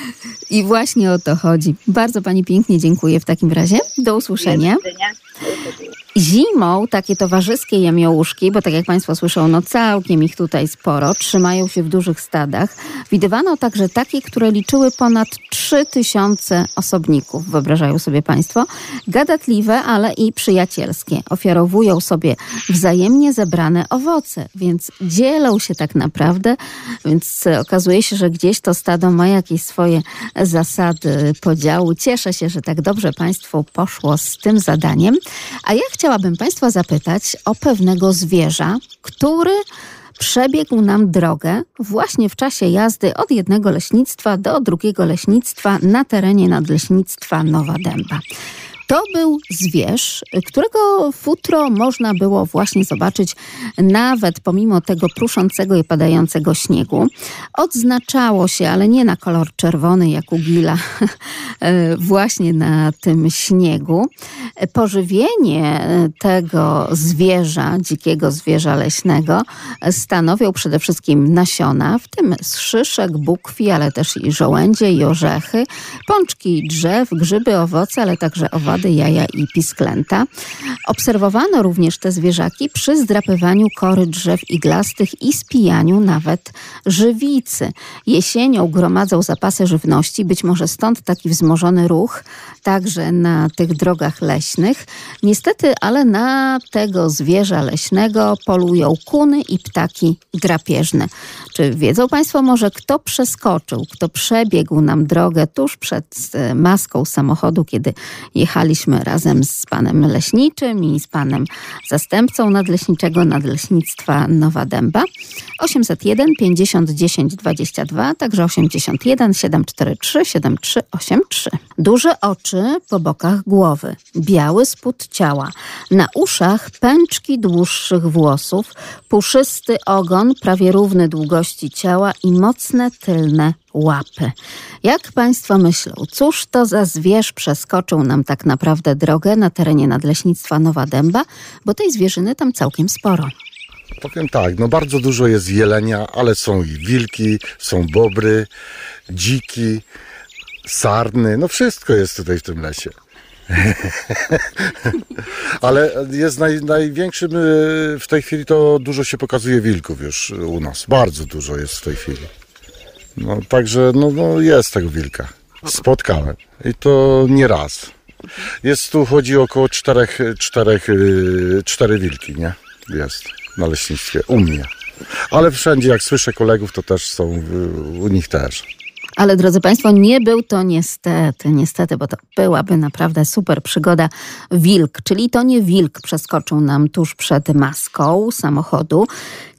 I właśnie o to chodzi. Bardzo pani pięknie dziękuję w takim razie. Do usłyszenia. Do widzenia. Do usłyszenia. Zimą takie towarzyskie jemiołuszki, bo tak jak państwo słyszą, no całkiem ich tutaj sporo, trzymają się w dużych stadach. Widywano także takie, które liczyły ponad trzy tysiące osobników, wyobrażają sobie państwo. Gadatliwe, ale i przyjacielskie. Ofiarowują sobie wzajemnie zebrane owoce, więc dzielą się tak naprawdę, więc okazuje się, że gdzieś to stado ma jakieś swoje zasady podziału. Cieszę się, że tak dobrze państwu poszło z tym zadaniem. A ja chciałabym państwa zapytać o pewnego zwierza, który przebiegł nam drogę właśnie w czasie jazdy od jednego leśnictwa do drugiego leśnictwa na terenie nadleśnictwa Nowa Dęba. To był zwierz, którego futro można było właśnie zobaczyć nawet pomimo tego pruszącego i padającego śniegu. Odznaczało się, ale nie na kolor czerwony jak u Gila, właśnie na tym śniegu. Pożywienie tego zwierza, dzikiego zwierza leśnego, stanowią przede wszystkim nasiona, w tym z szyszek, bukwi, ale też i żołędzie i orzechy, pączki drzew, grzyby, owoce, ale także owady, jaja i pisklęta. Obserwowano również te zwierzaki przy zdrapywaniu kory drzew iglastych i spijaniu nawet żywicy. Jesienią gromadzą zapasy żywności, być może stąd taki wzmożony ruch także na tych drogach leśnych. Niestety, ale na tego zwierza leśnego polują kuny i ptaki drapieżne. Czy wiedzą państwo może, kto przeskoczył, kto przebiegł nam drogę tuż przed maską samochodu, kiedy jechaliśmy razem z panem leśniczym i z panem zastępcą nadleśniczego Nadleśnictwa Nowa Dęba? osiemset jeden pięćdziesiąt dziesięć dwadzieścia dwa, także osiemdziesiąt jeden siedem cztery trzy siedem trzy osiem trzy. Duże oczy po bokach głowy, biały spód ciała, na uszach pęczki dłuższych włosów, puszysty ogon prawie równy długości ciała i mocne tylne łapy. Jak państwo myślą, cóż to za zwierz przeskoczył nam tak naprawdę drogę na terenie Nadleśnictwa Nowa Dęba, bo tej zwierzyny tam całkiem sporo. Powiem tak, no bardzo dużo jest jelenia, ale są i wilki, są bobry, dziki, sarny, no wszystko jest tutaj w tym lesie. Ale jest naj, największym w tej chwili, to dużo się pokazuje wilków już u nas, bardzo dużo jest w tej chwili. No także no, no jest tego wilka, spotkałem i to nie raz. Jest tu, chodzi około czterech, czterech, cztery wilki, nie? Jest na leśnictwie, u mnie. Ale wszędzie, jak słyszę kolegów, to też są, u nich też. Ale drodzy państwo, nie był to niestety, niestety, bo to byłaby naprawdę super przygoda, wilk. Czyli to nie wilk przeskoczył nam tuż przed maską samochodu.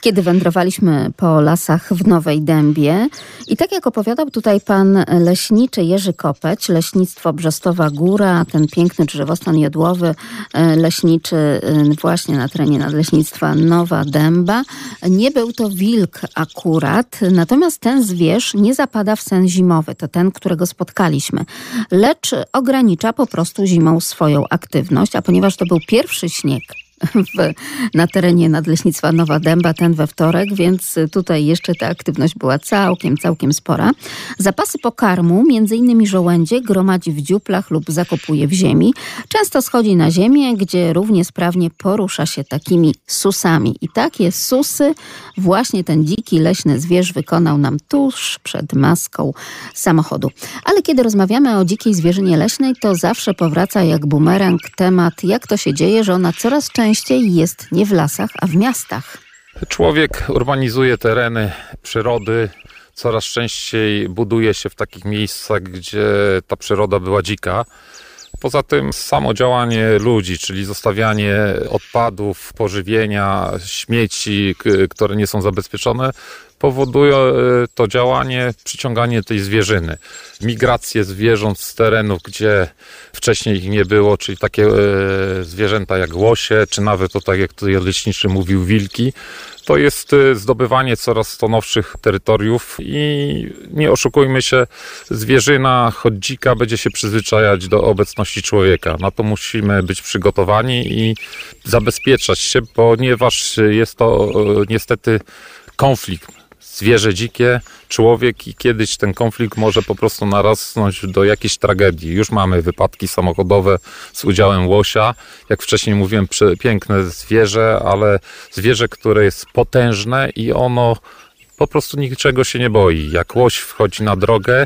kiedy wędrowaliśmy po lasach w Nowej Dębie. I tak jak opowiadał tutaj pan leśniczy Jerzy Kopeć, Leśnictwo Brzestowa Góra, ten piękny drzewostan jodłowy leśniczy właśnie na terenie Nadleśnictwa Nowa Dęba. Nie był to wilk akurat, natomiast ten zwierz nie zapada w sen zimowy, to ten, którego spotkaliśmy, lecz ogranicza po prostu zimą swoją aktywność, a ponieważ to był pierwszy śnieg W, na terenie Nadleśnictwa Nowa Dęba, ten we wtorek, więc tutaj jeszcze ta aktywność była całkiem, całkiem spora. Zapasy pokarmu, między innymi żołędzie, gromadzi w dziuplach lub zakopuje w ziemi. Często schodzi na ziemię, gdzie równie sprawnie porusza się takimi susami. I takie susy właśnie ten dziki leśny zwierz wykonał nam tuż przed maską samochodu. Ale kiedy rozmawiamy o dzikiej zwierzynie leśnej, to zawsze powraca jak bumerang temat, jak to się dzieje, że ona coraz częściej Częściej jest nie w lasach, a w miastach. Człowiek urbanizuje tereny przyrody, coraz częściej buduje się w takich miejscach, gdzie ta przyroda była dzika. Poza tym samo działanie ludzi, czyli zostawianie odpadów, pożywienia, śmieci, które nie są zabezpieczone, powoduje to działanie przyciąganie tej zwierzyny. Migrację zwierząt z terenów, gdzie wcześniej ich nie było, czyli takie zwierzęta jak łosie, czy nawet to tak jak tutaj leśniczy mówił, wilki. To jest zdobywanie coraz to nowszych terytoriów i nie oszukujmy się, zwierzyna, choć dzika, będzie się przyzwyczajać do obecności człowieka. Na to musimy być przygotowani i zabezpieczać się, ponieważ jest to niestety konflikt. Zwierzę dzikie, człowiek i kiedyś ten konflikt może po prostu narosnąć do jakiejś tragedii. Już mamy wypadki samochodowe z udziałem łosia. Jak wcześniej mówiłem, piękne zwierzę, ale zwierzę, które jest potężne i ono po prostu niczego się nie boi. Jak łoś wchodzi na drogę,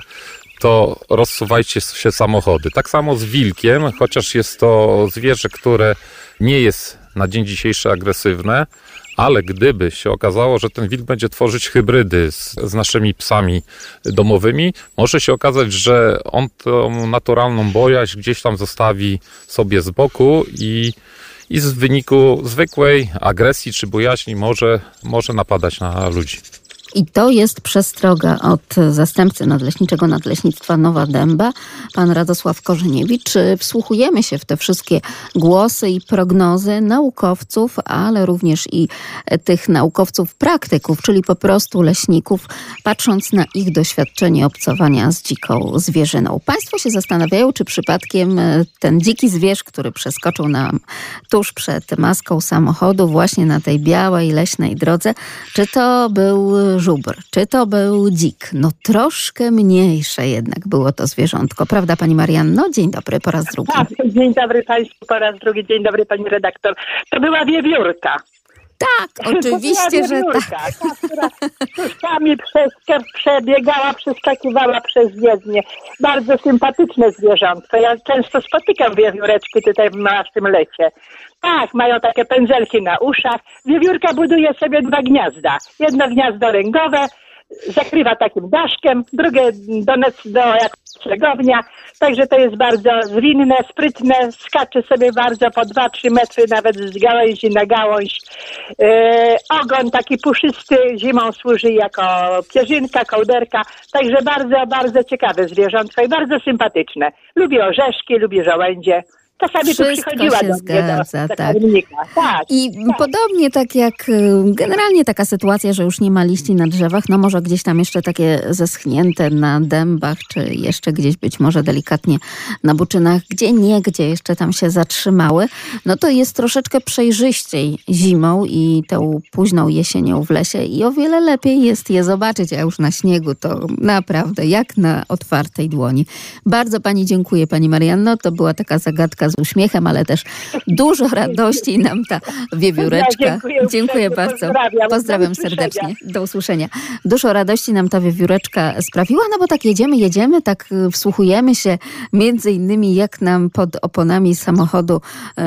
to rozsuwajcie się samochody. Tak samo z wilkiem, chociaż jest to zwierzę, które nie jest na dzień dzisiejszy agresywne, ale gdyby się okazało, że ten wilk będzie tworzyć hybrydy z, z naszymi psami domowymi, może się okazać, że on tą naturalną bojaźń gdzieś tam zostawi sobie z boku i, i z wyniku zwykłej agresji czy bojaźni może, może napadać na ludzi. I to jest przestroga od zastępcy nadleśniczego Nadleśnictwa Nowa Dęba, pan Radosław Korzeniewicz. Wsłuchujemy się w te wszystkie głosy i prognozy naukowców, ale również i tych naukowców praktyków, czyli po prostu leśników, patrząc na ich doświadczenie obcowania z dziką zwierzyną. Państwo się zastanawiają, czy przypadkiem ten dziki zwierz, który przeskoczył nam tuż przed maską samochodu, właśnie na tej białej leśnej drodze, czy to był żubr, czy to był dzik? No troszkę mniejsze jednak było to zwierzątko. Prawda, pani Marianno? Dzień dobry po raz drugi. Tak, dzień dobry państwu po raz drugi. Dzień dobry pani redaktor. To była wiewiórka. Tak, oczywiście, że tak. Ta, która tuszkami przez, przebiegała, przeskakiwała przez jezdnię. Bardzo sympatyczne zwierzątko. Ja często spotykam wiewióreczki tutaj w naszym lesie. Tak, mają takie pędzelki na uszach. Wiewiórka buduje sobie dwa gniazda. Jedno gniazdo ręgowe, zakrywa takim daszkiem, drugie do, do jak szlegownia. Także to jest bardzo zwinne, sprytne, skacze sobie bardzo po dwa trzy metry nawet z gałęzi na gałąź. Yy, ogon taki puszysty zimą służy jako pierzynka, kołderka. Także bardzo, bardzo ciekawe zwierzątko i bardzo sympatyczne. Lubi orzeszki, lubi żołędzie. Czasami Wszystko tu przychodziła się do zgadza, mnie do, do tak. tak. I tak. podobnie tak jak generalnie taka sytuacja, że już nie ma liści na drzewach, no może gdzieś tam jeszcze takie zeschnięte na dębach, czy jeszcze gdzieś być może delikatnie na buczynach, gdzie nie, gdzie jeszcze tam się zatrzymały, no to jest troszeczkę przejrzyściej zimą i tą późną jesienią w lesie i o wiele lepiej jest je zobaczyć, a już na śniegu to naprawdę jak na otwartej dłoni. Bardzo pani dziękuję, pani Marianno, to była taka zagadka z uśmiechem, ale też dużo radości nam ta wiewióreczka. Ja dziękuję, dziękuję bardzo. Pozdrawiam, Pozdrawiam do serdecznie. Do usłyszenia. Dużo radości nam ta wiewióreczka sprawiła, no bo tak jedziemy, jedziemy, tak wsłuchujemy się między innymi jak nam pod oponami samochodu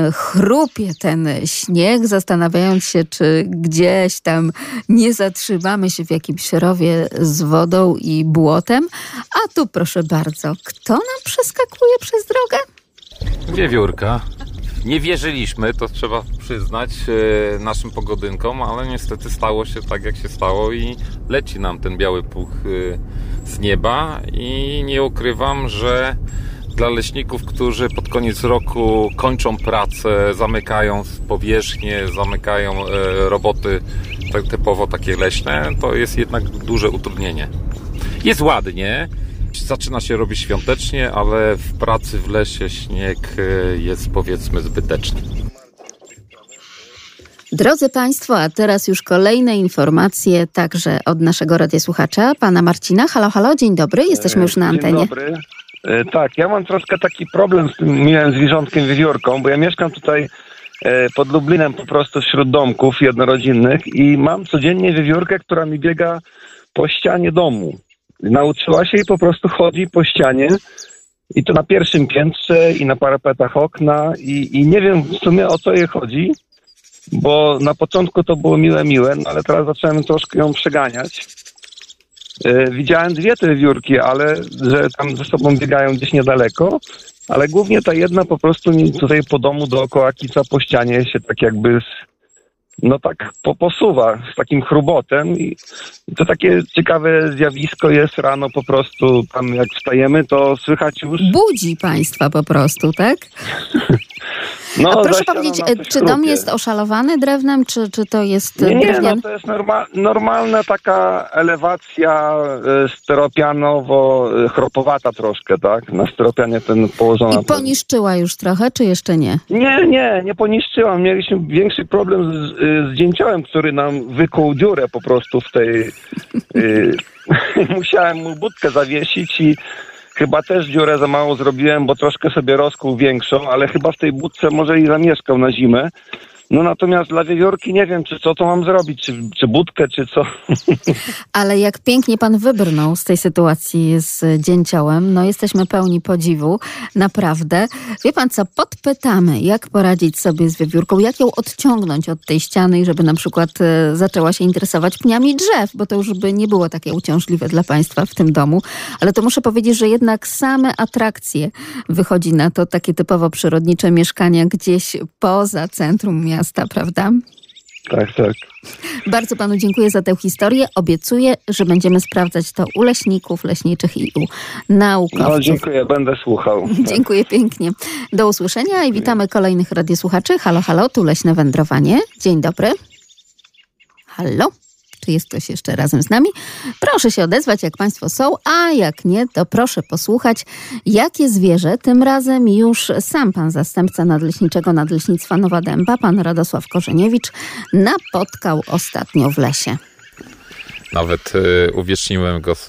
chrupie ten śnieg, zastanawiając się, czy gdzieś tam nie zatrzymamy się w jakimś rowie z wodą i błotem. A tu proszę bardzo, kto nam przeskakuje przez drogę? Wiewiórka. Nie wierzyliśmy, to trzeba przyznać, naszym pogodynkom, ale niestety stało się tak, jak się stało i leci nam ten biały puch z nieba i nie ukrywam, że dla leśników, którzy pod koniec roku kończą pracę, zamykają powierzchnie, zamykają roboty typowo takie leśne, to jest jednak duże utrudnienie. Jest ładnie, zaczyna się robić świątecznie, ale w pracy w lesie śnieg jest, powiedzmy, zbyteczny. Drodzy Państwo, a teraz już kolejne informacje także od naszego radiosłuchacza, pana Marcina. Halo, halo, dzień dobry, jesteśmy już na antenie. Dzień dobry. Tak, ja mam troszkę taki problem z tym miłym zwierzątkiem wiewiórką, bo ja mieszkam tutaj pod Lublinem po prostu wśród domków jednorodzinnych i mam codziennie wiewiórkę, która mi biega po ścianie domu. Nauczyła się i po prostu chodzi po ścianie i to na pierwszym piętrze i na parapetach okna i, i nie wiem w sumie o co jej chodzi, bo na początku to było miłe, miłe, no ale teraz zacząłem troszkę ją przeganiać. Yy, widziałem dwie te wiewiórki, ale że tam ze sobą biegają gdzieś niedaleko, ale głównie ta jedna po prostu tutaj po domu dookoła kica po ścianie się tak jakby no tak po, posuwa z takim chrubotem i to takie ciekawe zjawisko jest rano po prostu, tam jak wstajemy, to słychać już... Budzi Państwa po prostu, tak? No, a proszę powiedzieć, czy dom jest oszalowany drewnem, czy, czy to jest nie, nie, drewniany? No to jest norma, normalna taka elewacja styropianowo-chropowata troszkę, tak? Na styropianie ten położona... I poniszczyła już trochę, czy jeszcze nie? Nie, nie, nie poniszczyłam. Mieliśmy większy problem z, z dzięciołem, który nam wykuł dziurę po prostu w tej... y, musiałem mu budkę zawiesić i chyba też dziurę za mało zrobiłem, bo troszkę sobie rozkuł większą, ale chyba w tej budce może i zamieszkał na zimę. No natomiast dla wiewiórki nie wiem, czy co to mam zrobić, czy, czy budkę, czy co. Ale jak pięknie pan wybrnął z tej sytuacji z dzięciołem, no jesteśmy pełni podziwu, naprawdę. Wie pan co, podpytamy, jak poradzić sobie z wiewiórką, jak ją odciągnąć od tej ściany, żeby na przykład e, zaczęła się interesować pniami drzew, bo to już by nie było takie uciążliwe dla państwa w tym domu. Ale to muszę powiedzieć, że jednak same atrakcje wychodzi na to takie typowo przyrodnicze mieszkania gdzieś poza centrum miasta. Miasta, prawda? Tak, tak. Bardzo panu dziękuję za tę historię. Obiecuję, że będziemy sprawdzać to u leśników, leśniczych i u naukowców. No dziękuję, będę słuchał. Dziękuję pięknie. Do usłyszenia i witamy kolejnych radiosłuchaczy. Halo, halo, tu Leśne Wędrowanie. Dzień dobry. Halo? Czy jest ktoś jeszcze razem z nami? Proszę się odezwać, jak państwo są, a jak nie, to proszę posłuchać, jakie zwierzę tym razem już sam pan zastępca nadleśniczego Nadleśnictwa Nowa Dęba, pan Radosław Korzeniewicz, napotkał ostatnio w lesie. Nawet y, uwieczniłem go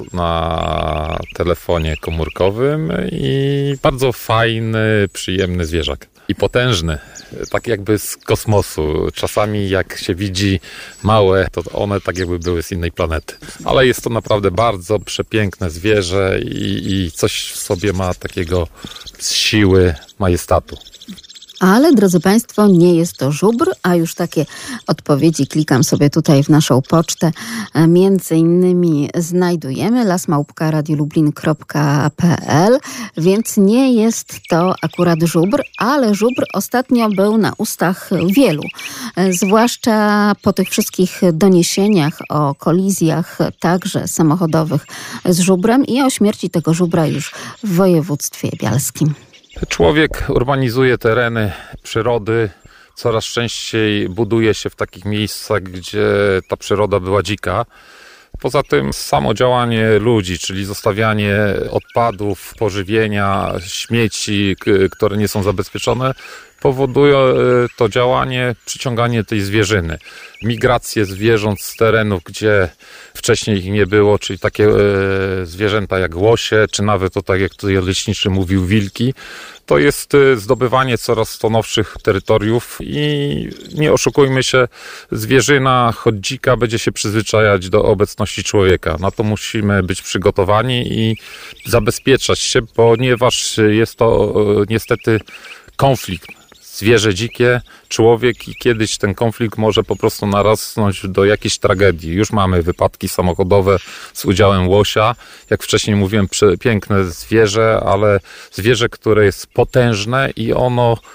na telefonie komórkowym i bardzo fajny, przyjemny zwierzak. I potężny, tak jakby z kosmosu. Czasami jak się widzi małe, to one tak jakby były z innej planety. Ale jest to naprawdę bardzo przepiękne zwierzę i, i coś w sobie ma takiego z siły majestatu. Ale, drodzy państwo, nie jest to żubr, a już takie odpowiedzi klikam sobie tutaj w naszą pocztę. Między innymi znajdujemy las małpka radiolublin kropka p l, więc nie jest to akurat żubr, ale żubr ostatnio był na ustach wielu. Zwłaszcza po tych wszystkich doniesieniach o kolizjach także samochodowych z żubrem i o śmierci tego żubra już w województwie bialskim. Człowiek urbanizuje tereny przyrody, coraz częściej buduje się w takich miejscach, gdzie ta przyroda była dzika. Poza tym samo działanie ludzi, czyli zostawianie odpadów, pożywienia, śmieci, które nie są zabezpieczone, powoduje to działanie, przyciąganie tej zwierzyny. Migrację zwierząt z terenów, gdzie wcześniej ich nie było, czyli takie e, zwierzęta jak łosie, czy nawet to, tak jak tutaj leśniczy mówił, wilki. To jest zdobywanie coraz to nowszych terytoriów i nie oszukujmy się, zwierzyna, choć dzika, będzie się przyzwyczajać do obecności człowieka. Na to musimy być przygotowani i zabezpieczać się, ponieważ jest to niestety konflikt. Zwierzę dzikie, człowiek i kiedyś ten konflikt może po prostu narosnąć do jakiejś tragedii. Już mamy wypadki samochodowe z udziałem łosia. Jak wcześniej mówiłem, piękne zwierzę, ale zwierzę, które jest potężne i ono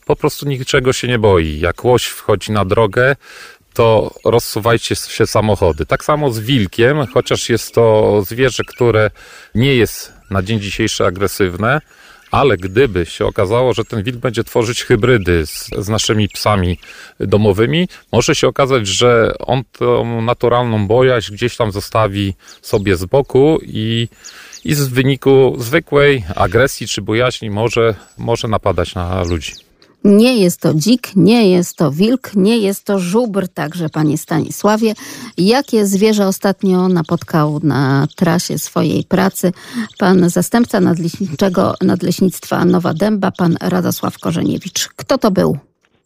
po prostu niczego się nie boi. Jak łoś wchodzi na drogę, to rozsuwajcie się samochody. Tak samo z wilkiem, chociaż jest to zwierzę, które nie jest na dzień dzisiejszy agresywne, ale gdyby się okazało, że ten wilk będzie tworzyć hybrydy z, z naszymi psami domowymi, może się okazać, że on tą naturalną bojaźń gdzieś tam zostawi sobie z boku i, i z wyniku zwykłej agresji czy bojaźni może, może napadać na ludzi. Nie jest to dzik, nie jest to wilk, nie jest to żubr, także panie Stanisławie. Jakie zwierzę ostatnio napotkał na trasie swojej pracy pan zastępca nadleśniczego Nadleśnictwa Nowa Dęba, pan Radosław Korzeniewicz? Kto to był?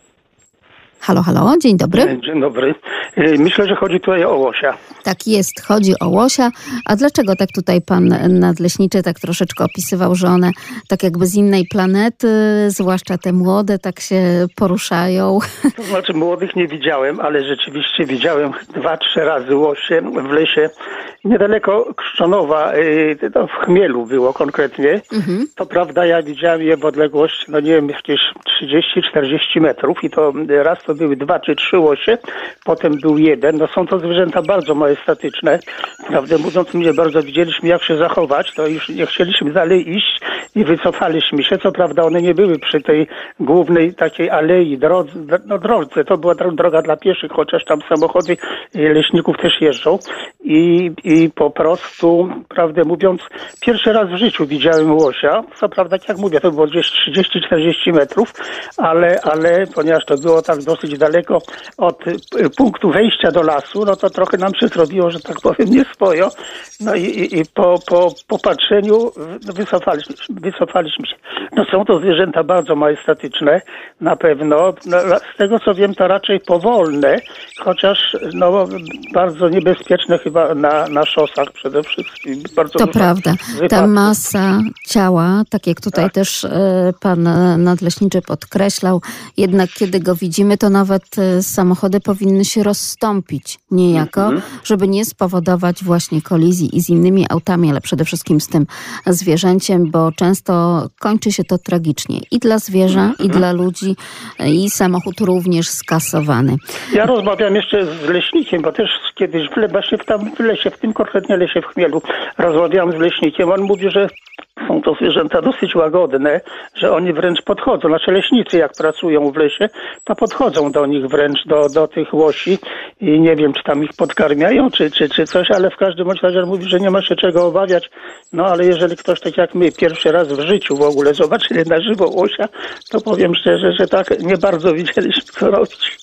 Halo, halo, dzień dobry. Dzień dobry. Myślę, że chodzi tutaj o łosia. Tak jest, chodzi o łosia. A dlaczego tak tutaj pan nadleśniczy tak troszeczkę opisywał, że one tak jakby z innej planety, zwłaszcza te młode, tak się poruszają? To znaczy młodych nie widziałem, ale rzeczywiście widziałem dwa, trzy razy łosie w lesie. Niedaleko Krzczonowa, to w Chmielu było konkretnie. Mhm. To prawda, ja widziałem je w odległości, no nie wiem, jakieś trzydzieści czterdzieści metrów i to raz to były dwa czy trzy łosie, potem był jeden. No są to zwierzęta bardzo majestatyczne. Prawdę mówiąc, my nie bardzo widzieliśmy, jak się zachować, to już nie chcieliśmy dalej iść i wycofaliśmy się. Co prawda one nie były przy tej głównej takiej alei, drodze, no drodze, to była droga dla pieszych, chociaż tam samochody leśników też jeżdżą i, i po prostu, prawdę mówiąc, pierwszy raz w życiu widziałem łosia. Co prawda, jak mówię, to było gdzieś trzydzieści czterdzieści metrów, ale, ale ponieważ to było tak dosyć daleko od punktu wejścia do lasu, no to trochę nam się zrobiło, że tak powiem, nieswojo. No i, i, i po, po, po patrzeniu wycofaliśmy, wycofaliśmy się. No są to zwierzęta bardzo majestatyczne, na pewno. No, z tego co wiem, to raczej powolne, chociaż no, bardzo niebezpieczne chyba na, na szosach przede wszystkim. Bardzo to prawda. Wypadków. Ta masa ciała, tak jak tutaj tak. też y, pan nadleśniczy podkreślał, jednak kiedy go widzimy, to nawet y, samochody powinny się rozstąpić niejako, mm-hmm. żeby nie spowodować właśnie kolizji i z innymi autami, ale przede wszystkim z tym zwierzęciem, bo często kończy się to tragicznie i dla zwierza, mm-hmm. i dla ludzi, i samochód również skasowany. Ja rozmawiam jeszcze z leśnikiem, bo też kiedyś w, właśnie w, tam, w lesie, w tym konkretnie lesie w Chmielu, rozmawiałem z leśnikiem. On mówi, że są to zwierzęta dosyć łagodne, że oni wręcz podchodzą. Znaczy leśnicy jak pracują w lesie, to podchodzą do nich wręcz, do, do tych łosi i nie wiem, czy tam ich podkarmiają, czy, czy, czy coś, ale w każdym bądź razie mówi, że nie ma się czego obawiać. No ale jeżeli ktoś tak jak my pierwszy raz w życiu w ogóle zobaczyli na żywo łosia, to powiem szczerze, że tak nie bardzo widzieliśmy, co robić.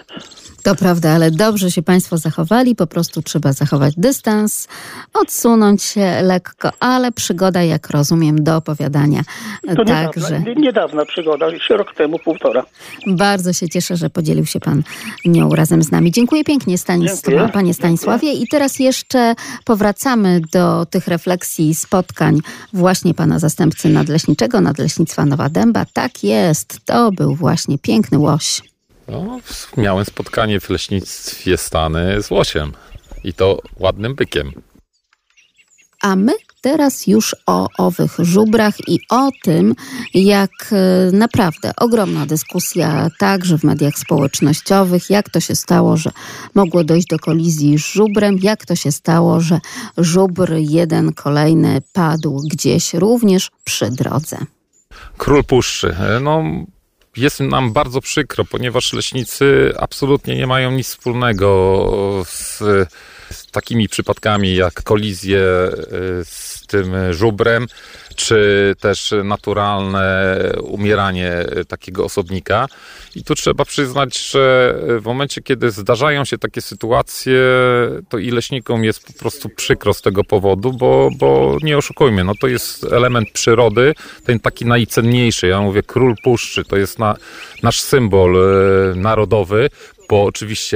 To prawda, ale dobrze się państwo zachowali, po prostu trzeba zachować dystans, odsunąć się lekko, ale przygoda, jak rozumiem, do opowiadania. To Także niedawna, niedawna przygoda, rok temu, półtora. Bardzo się cieszę, że podzielił się pan nią razem z nami. Dziękuję pięknie, Stanisław, Dziękuję. panie Stanisławie. Dziękuję. I teraz jeszcze powracamy do tych refleksji i spotkań właśnie pana zastępcy nadleśniczego Nadleśnictwa Nowa Dęba. Tak jest, to był właśnie piękny łoś. No, miałem spotkanie w leśnictwie Stany z łosiem i to ładnym bykiem. A my teraz już o owych żubrach i o tym, jak naprawdę ogromna dyskusja także w mediach społecznościowych, jak to się stało, że mogło dojść do kolizji z żubrem, jak to się stało, że żubr jeden kolejny padł gdzieś również przy drodze. Król Puszczy. No... Jest nam bardzo przykro, ponieważ leśnicy absolutnie nie mają nic wspólnego z, z takimi przypadkami jak kolizje z tym żubrem, czy też naturalne umieranie takiego osobnika. I tu trzeba przyznać, że w momencie, kiedy zdarzają się takie sytuacje, to i leśnikom jest po prostu przykro z tego powodu, bo, bo nie oszukujmy, no to jest element przyrody, ten taki najcenniejszy. Ja mówię, król puszczy, to jest na, nasz symbol e, narodowy, bo oczywiście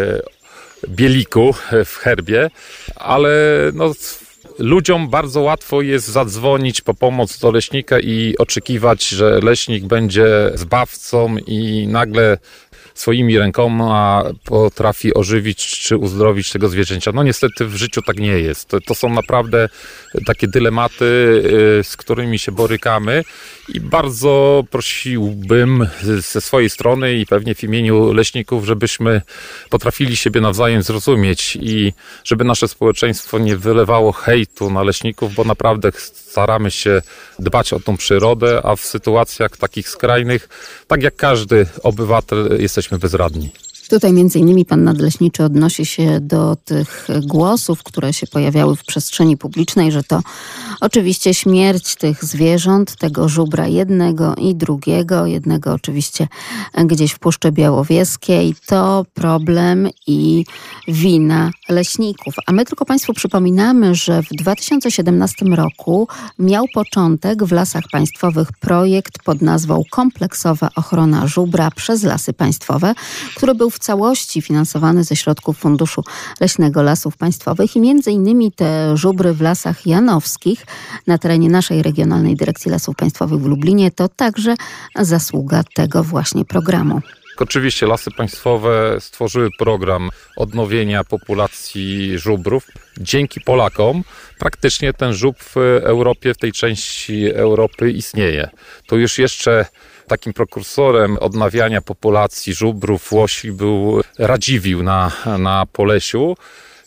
bieliku w herbie, ale no ludziom bardzo łatwo jest zadzwonić po pomoc do leśnika i oczekiwać, że leśnik będzie zbawcą i nagle swoimi rękoma potrafi ożywić czy uzdrowić tego zwierzęcia. No niestety w życiu tak nie jest. To, to są naprawdę takie dylematy, z którymi się borykamy i bardzo prosiłbym ze swojej strony i pewnie w imieniu leśników, żebyśmy potrafili siebie nawzajem zrozumieć i żeby nasze społeczeństwo nie wylewało hejtu na leśników, bo naprawdę staramy się dbać o tą przyrodę, a w sytuacjach takich skrajnych, tak jak każdy obywatel, jesteśmy bezradni. Tutaj między innymi pan nadleśniczy odnosi się do tych głosów, które się pojawiały w przestrzeni publicznej, że to oczywiście śmierć tych zwierząt, tego żubra jednego i drugiego, jednego oczywiście gdzieś w Puszczy Białowieskiej, to problem i wina leśników. A my tylko państwu przypominamy, że w dwa tysiące siedemnastym roku miał początek w Lasach Państwowych projekt pod nazwą Kompleksowa Ochrona Żubra przez Lasy Państwowe, który był w całości finansowany ze środków Funduszu Leśnego Lasów Państwowych i między innymi te żubry w Lasach Janowskich na terenie naszej Regionalnej Dyrekcji Lasów Państwowych w Lublinie to także zasługa tego właśnie programu. Oczywiście Lasy Państwowe stworzyły program odnowienia populacji żubrów. Dzięki Polakom praktycznie ten żubr w Europie, w tej części Europy istnieje. To już jeszcze takim prekursorem odnawiania populacji żubrów, łosi był Radziwiłł na, na Polesiu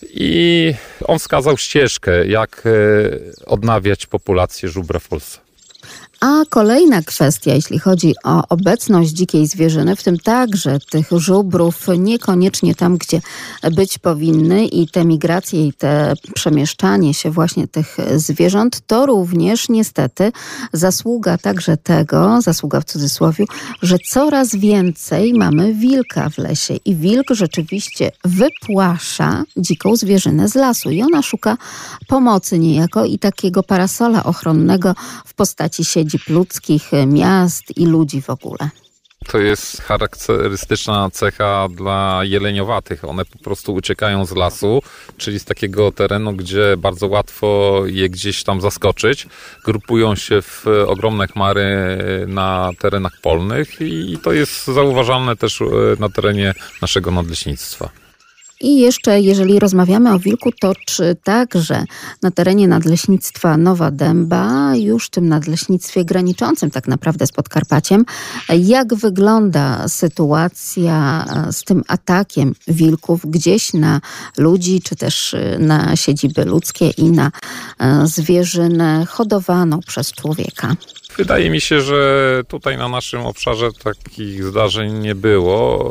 i on wskazał ścieżkę, jak odnawiać populację żubra w Polsce. A kolejna kwestia, jeśli chodzi o obecność dzikiej zwierzyny, w tym także tych żubrów niekoniecznie tam, gdzie być powinny i te migracje i te przemieszczanie się właśnie tych zwierząt, to również niestety zasługa także tego, zasługa w cudzysłowie, że coraz więcej mamy wilka w lesie i wilk rzeczywiście wypłasza dziką zwierzynę z lasu i ona szuka pomocy niejako i takiego parasola ochronnego w postaci siedzi ludzkich, miast i ludzi w ogóle. To jest charakterystyczna cecha dla jeleniowatych. One po prostu uciekają z lasu, czyli z takiego terenu, gdzie bardzo łatwo je gdzieś tam zaskoczyć. Grupują się w ogromne chmary na terenach polnych i to jest zauważalne też na terenie naszego nadleśnictwa. I jeszcze, jeżeli rozmawiamy o wilku, to czy także na terenie Nadleśnictwa Nowa Dęba, już tym nadleśnictwie graniczącym tak naprawdę z Podkarpaciem, jak wygląda sytuacja z tym atakiem wilków gdzieś na ludzi, czy też na siedziby ludzkie i na zwierzynę hodowaną przez człowieka? Wydaje mi się, że tutaj na naszym obszarze takich zdarzeń nie było.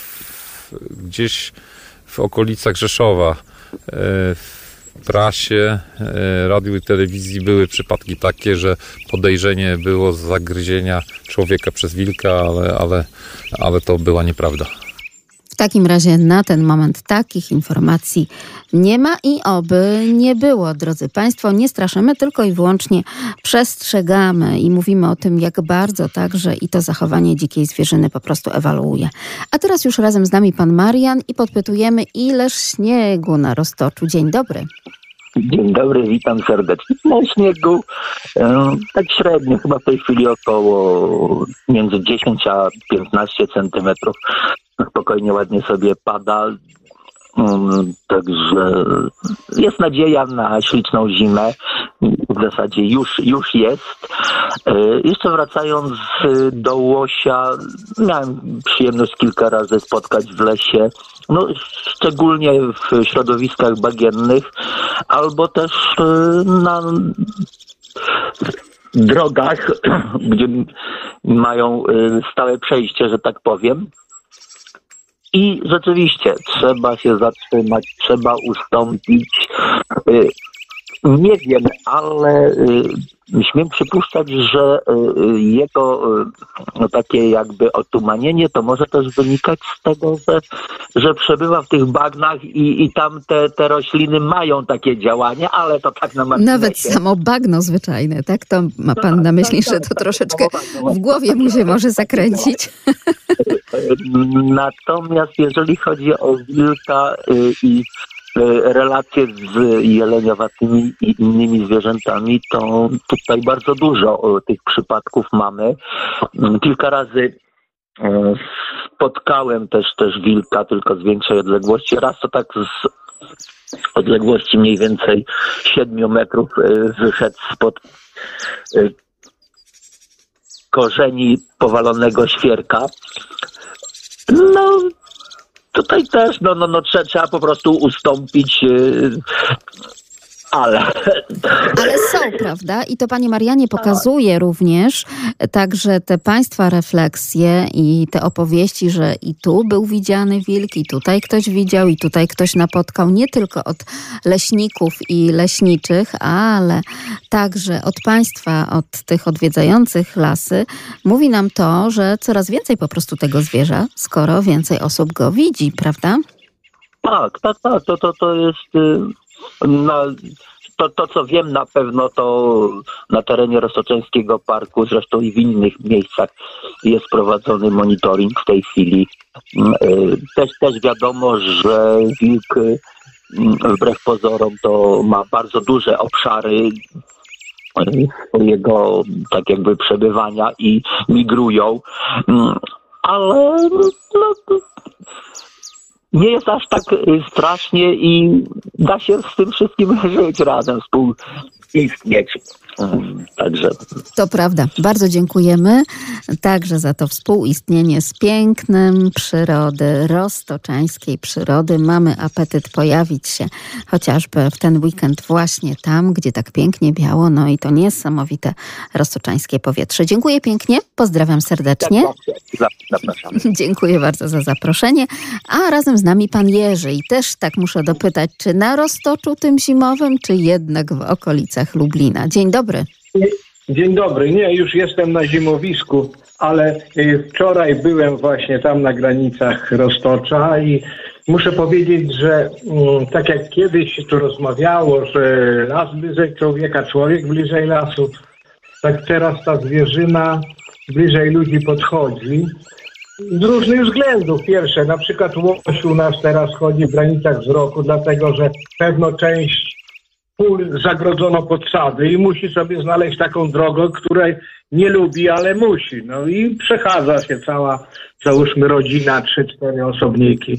Gdzieś w okolicach Rzeszowa, w prasie, radiu i telewizji były przypadki takie, że podejrzenie było z zagryzienia człowieka przez wilka, ale, ale, ale to była nieprawda. W takim razie na ten moment takich informacji nie ma i oby nie było, drodzy Państwo. Nie straszymy, tylko i wyłącznie przestrzegamy i mówimy o tym, jak bardzo także i to zachowanie dzikiej zwierzyny po prostu ewaluuje. A teraz już razem z nami pan Marian i podpytujemy, ileż śniegu na Roztoczu. Dzień dobry. Dzień dobry, witam serdecznie. No śniegu e, tak średnio, chyba w tej chwili około między dziesięć a piętnaście centymetrów. Spokojnie, ładnie sobie pada. Um, także jest nadzieja na śliczną zimę. W zasadzie już, już jest. E, jeszcze wracając do łosia, miałem przyjemność kilka razy spotkać w lesie, no, szczególnie w środowiskach bagiennych, albo też e, na drogach, gdzie mają e, stałe przejście, że tak powiem. I rzeczywiście trzeba się zatrzymać, trzeba ustąpić. Nie wiem, ale śmiem przypuszczać, że jego no, takie jakby otumanienie to może też wynikać z tego, że, że przebywa w tych bagnach i, i tam te, te rośliny mają takie działanie, ale to tak na marginesie. Nawet samo bagno zwyczajne, tak? To ma pan na myśli, że to troszeczkę w głowie mu się może zakręcić. Natomiast jeżeli chodzi o wilka i relacje z jeleniowatymi i innymi zwierzętami, to tutaj bardzo dużo tych przypadków mamy. Kilka razy Spotkałem też też wilka, tylko z większej odległości. Raz to tak z odległości mniej więcej siedmiu metrów wyszedł spod korzeni powalonego świerka. No tutaj też no, no, no, trzeba, trzeba po prostu ustąpić, ale... Ale są, prawda? I to, panie Marianie, pokazuje również także te państwa refleksje i te opowieści, że i tu był widziany wilk, i tutaj ktoś widział, i tutaj ktoś napotkał, nie tylko od leśników i leśniczych, ale także od państwa, od tych odwiedzających lasy. Mówi nam to, że coraz więcej po prostu tego zwierza, skoro więcej osób go widzi, prawda? Tak, tak, tak. To, to, to jest... No, to, to, co wiem na pewno, to na terenie Roztoczeńskiego Parku, zresztą i w innych miejscach jest prowadzony monitoring w tej chwili. Też, też wiadomo, że wilk wbrew pozorom to ma bardzo duże obszary swojego tak jakby przebywania i migrują, ale no, nie jest aż tak strasznie i da się z tym wszystkim żyć razem, współistnieć. Także. To prawda. Bardzo dziękujemy także za to współistnienie z pięknem przyrody, roztoczańskiej przyrody. Mamy apetyt pojawić się chociażby w ten weekend właśnie tam, gdzie tak pięknie biało, no i to niesamowite roztoczańskie powietrze. Dziękuję pięknie, pozdrawiam serdecznie. Zapraszam. Dziękuję bardzo za zaproszenie. A razem z nami pan Jerzy i też tak muszę dopytać, czy na Roztoczu tym zimowym, czy jednak w okolicach Lublina. Dzień dobry. Dobry. Dzień dobry. Nie, już jestem na zimowisku, ale wczoraj byłem właśnie tam na granicach Roztocza i muszę powiedzieć, że um, tak jak kiedyś się tu rozmawiało, że las bliżej człowieka, człowiek bliżej lasu, tak teraz ta zwierzyna bliżej ludzi podchodzi. Z różnych względów. Pierwsze, na przykład łoś u nas teraz chodzi w granicach wzroku, dlatego że pewną część pól zagrodzono pod sady i musi sobie znaleźć taką drogę, której nie lubi, ale musi. No i przechadza się cała, załóżmy, rodzina, trzy, cztery osobniki.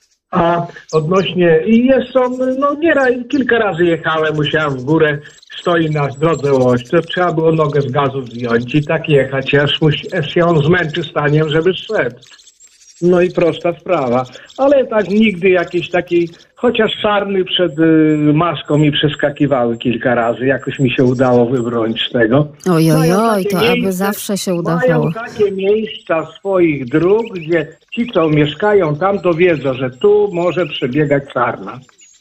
A odnośnie, i jest są, no nieraz, kilka razy jechałem, musiałem w górę, stoi na drodze łoś, to trzeba było nogę z gazu zdjąć i tak jechać, aż, musi, aż się on zmęczy staniem, żeby szedł. No i prosta sprawa. Ale tak nigdy jakiejś takiej, chociaż sarny przed y, maską mi przeskakiwały kilka razy. Jakoś mi się udało wybronić z tego. Oj, oj, oj, to miejsce, aby zawsze się udawało. Mają takie miejsca swoich dróg, gdzie ci, co mieszkają tam, to wiedzą, że tu może przebiegać sarna.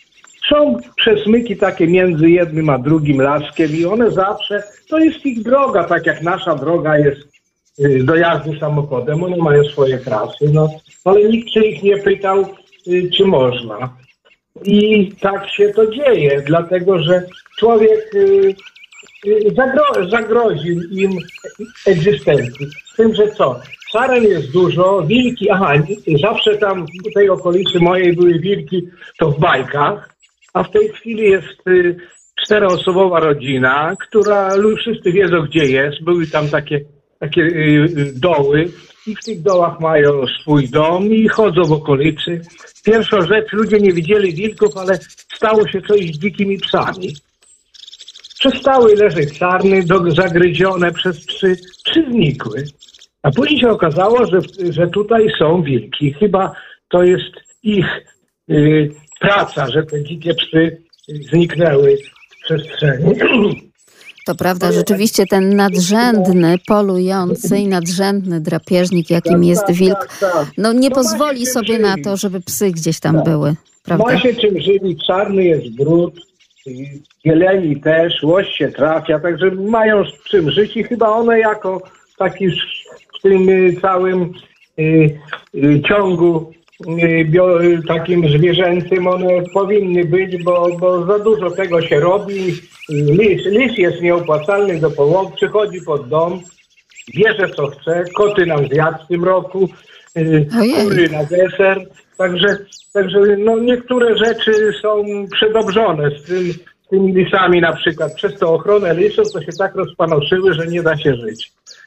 Są przesmyki takie między jednym a drugim laskiem i one zawsze, to jest ich droga, tak jak nasza droga jest do jazdy samochodem, one mają swoje trasy, no, ale nikt się ich nie pytał, czy można. I tak się to dzieje, dlatego że człowiek zagro- zagroził im egzystencji. Z tym, że co? Saren jest dużo, wilki, aha, zawsze tam w tej okolicy mojej były wilki, to w bajkach, a w tej chwili jest czteroosobowa rodzina, która, wszyscy wiedzą, gdzie jest, były tam takie takie y, doły i w tych dołach mają swój dom i chodzą w okolicy. Pierwsza rzecz, ludzie nie widzieli wilków, ale stało się coś z dzikimi psami. Przestały leżeć sarny, do, zagryzione przez psy, psy znikły. A później się okazało, że, że tutaj są wilki. Chyba to jest ich y, praca, że te dzikie psy zniknęły w przestrzeni. To prawda, rzeczywiście ten nadrzędny, polujący i nadrzędny drapieżnik, jakim jest wilk, no nie pozwoli sobie na to, żeby psy gdzieś tam były, prawda? Ma się czym żywić, czarny jest brud, jeleni też, łoś się trafia, także mają czym żyć i chyba one jako taki w tym całym y, y, ciągu y, bio, y, takim zwierzęcym one powinny być, bo, bo za dużo tego się robi. Lis, lis jest nieopłacalny do połowy, przychodzi pod dom, bierze co chce, koty nam zjadł w tym roku, yy, kury na deser, także, także no, niektóre rzeczy są przedobrzone z, tym, z tymi lisami na przykład. Przez tą ochronę lisów to się tak rozpanoszyły, że nie da się żyć.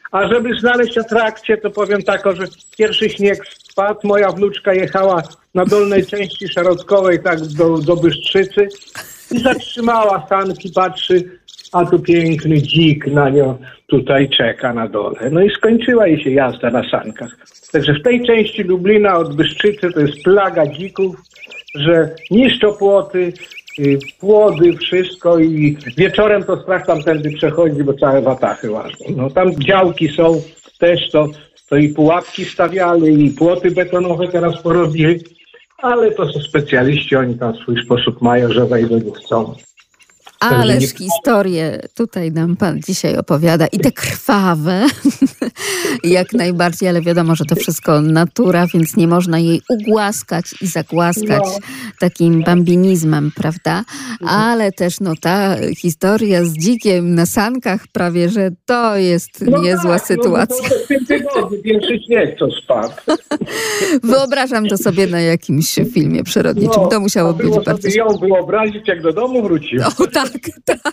A żeby znaleźć atrakcję, to powiem tak, że pierwszy śnieg spadł, moja wnuczka jechała na dolnej części Szarotkowej, tak do, do Bystrzycy i zatrzymała sanki, patrzy, a tu piękny dzik na nią tutaj czeka na dole. No i skończyła jej się jazda na sankach. Także w tej części Lublina od Bystrzycy to jest plaga dzików, że niszczą płoty, płody, wszystko i wieczorem to strach tamtędy przechodzi, bo całe watachy łażą. No tam działki są też, to, to i pułapki stawiali, i płoty betonowe teraz porobili, ale to są specjaliści, oni tam swój sposób mają, że wejdą nie chcą. Ależ historię tutaj nam pan dzisiaj opowiada i te krwawe jak najbardziej, ale wiadomo, że to wszystko natura, więc nie można jej ugłaskać i zagłaskać no. takim bambinizmem, prawda? Ale też no ta historia z dzikiem na sankach prawie, że to jest no niezła tak, sytuacja. No, w tym tygodniu pierwszy śnieg to spadł. Wyobrażam to sobie na jakimś filmie przyrodniczym. No, to musiało być było bardzo... ją wyobrazić, jak do domu wróciła. No, tak, tak.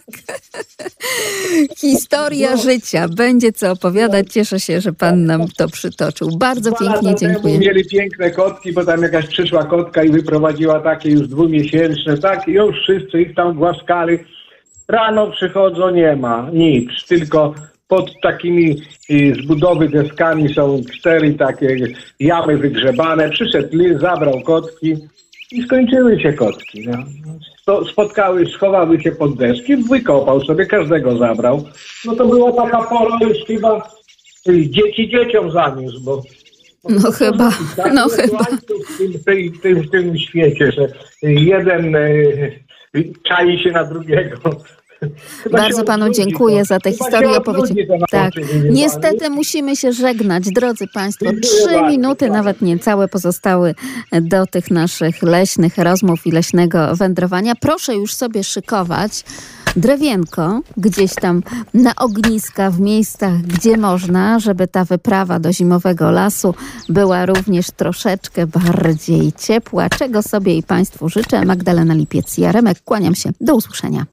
Historia no. życia. Będzie co opowiadać. Cieszę się, że pan nam to przytoczył. Bardzo Dwa pięknie dziękuję. Mieli piękne kotki, bo tam jakaś przyszła kotka i wyprowadziła takie już dwumiesięczne. Tak, już wszyscy ich tam głaskali. Rano przychodzą, nie ma nic. Tylko pod takimi y, z budowy deskami są cztery takie jamy wygrzebane. Przyszedł lis, zabrał kotki i skończyły się kotki. No. Spotkały, schowały się pod deski, wykopał sobie, każdego zabrał. No to była taka pora już chyba dzieci dzieciom zaniósł, bo... No to chyba, tak, no chyba. W tym, w, tym, w tym świecie, że jeden y, czai się na drugiego. Chyba Bardzo panu dziękuję to. za tę historię opowiedzieć. Tak. Niestety musimy się żegnać, drodzy państwo. Trzy minuty, nawet niecałe pozostały do tych naszych leśnych rozmów i leśnego wędrowania. Proszę już sobie szykować drewienko gdzieś tam na ogniska, w miejscach, gdzie można, żeby ta wyprawa do zimowego lasu była również troszeczkę bardziej ciepła, czego sobie i państwu życzę. Magdalena Lipiec-Jaremek, kłaniam się. Do usłyszenia.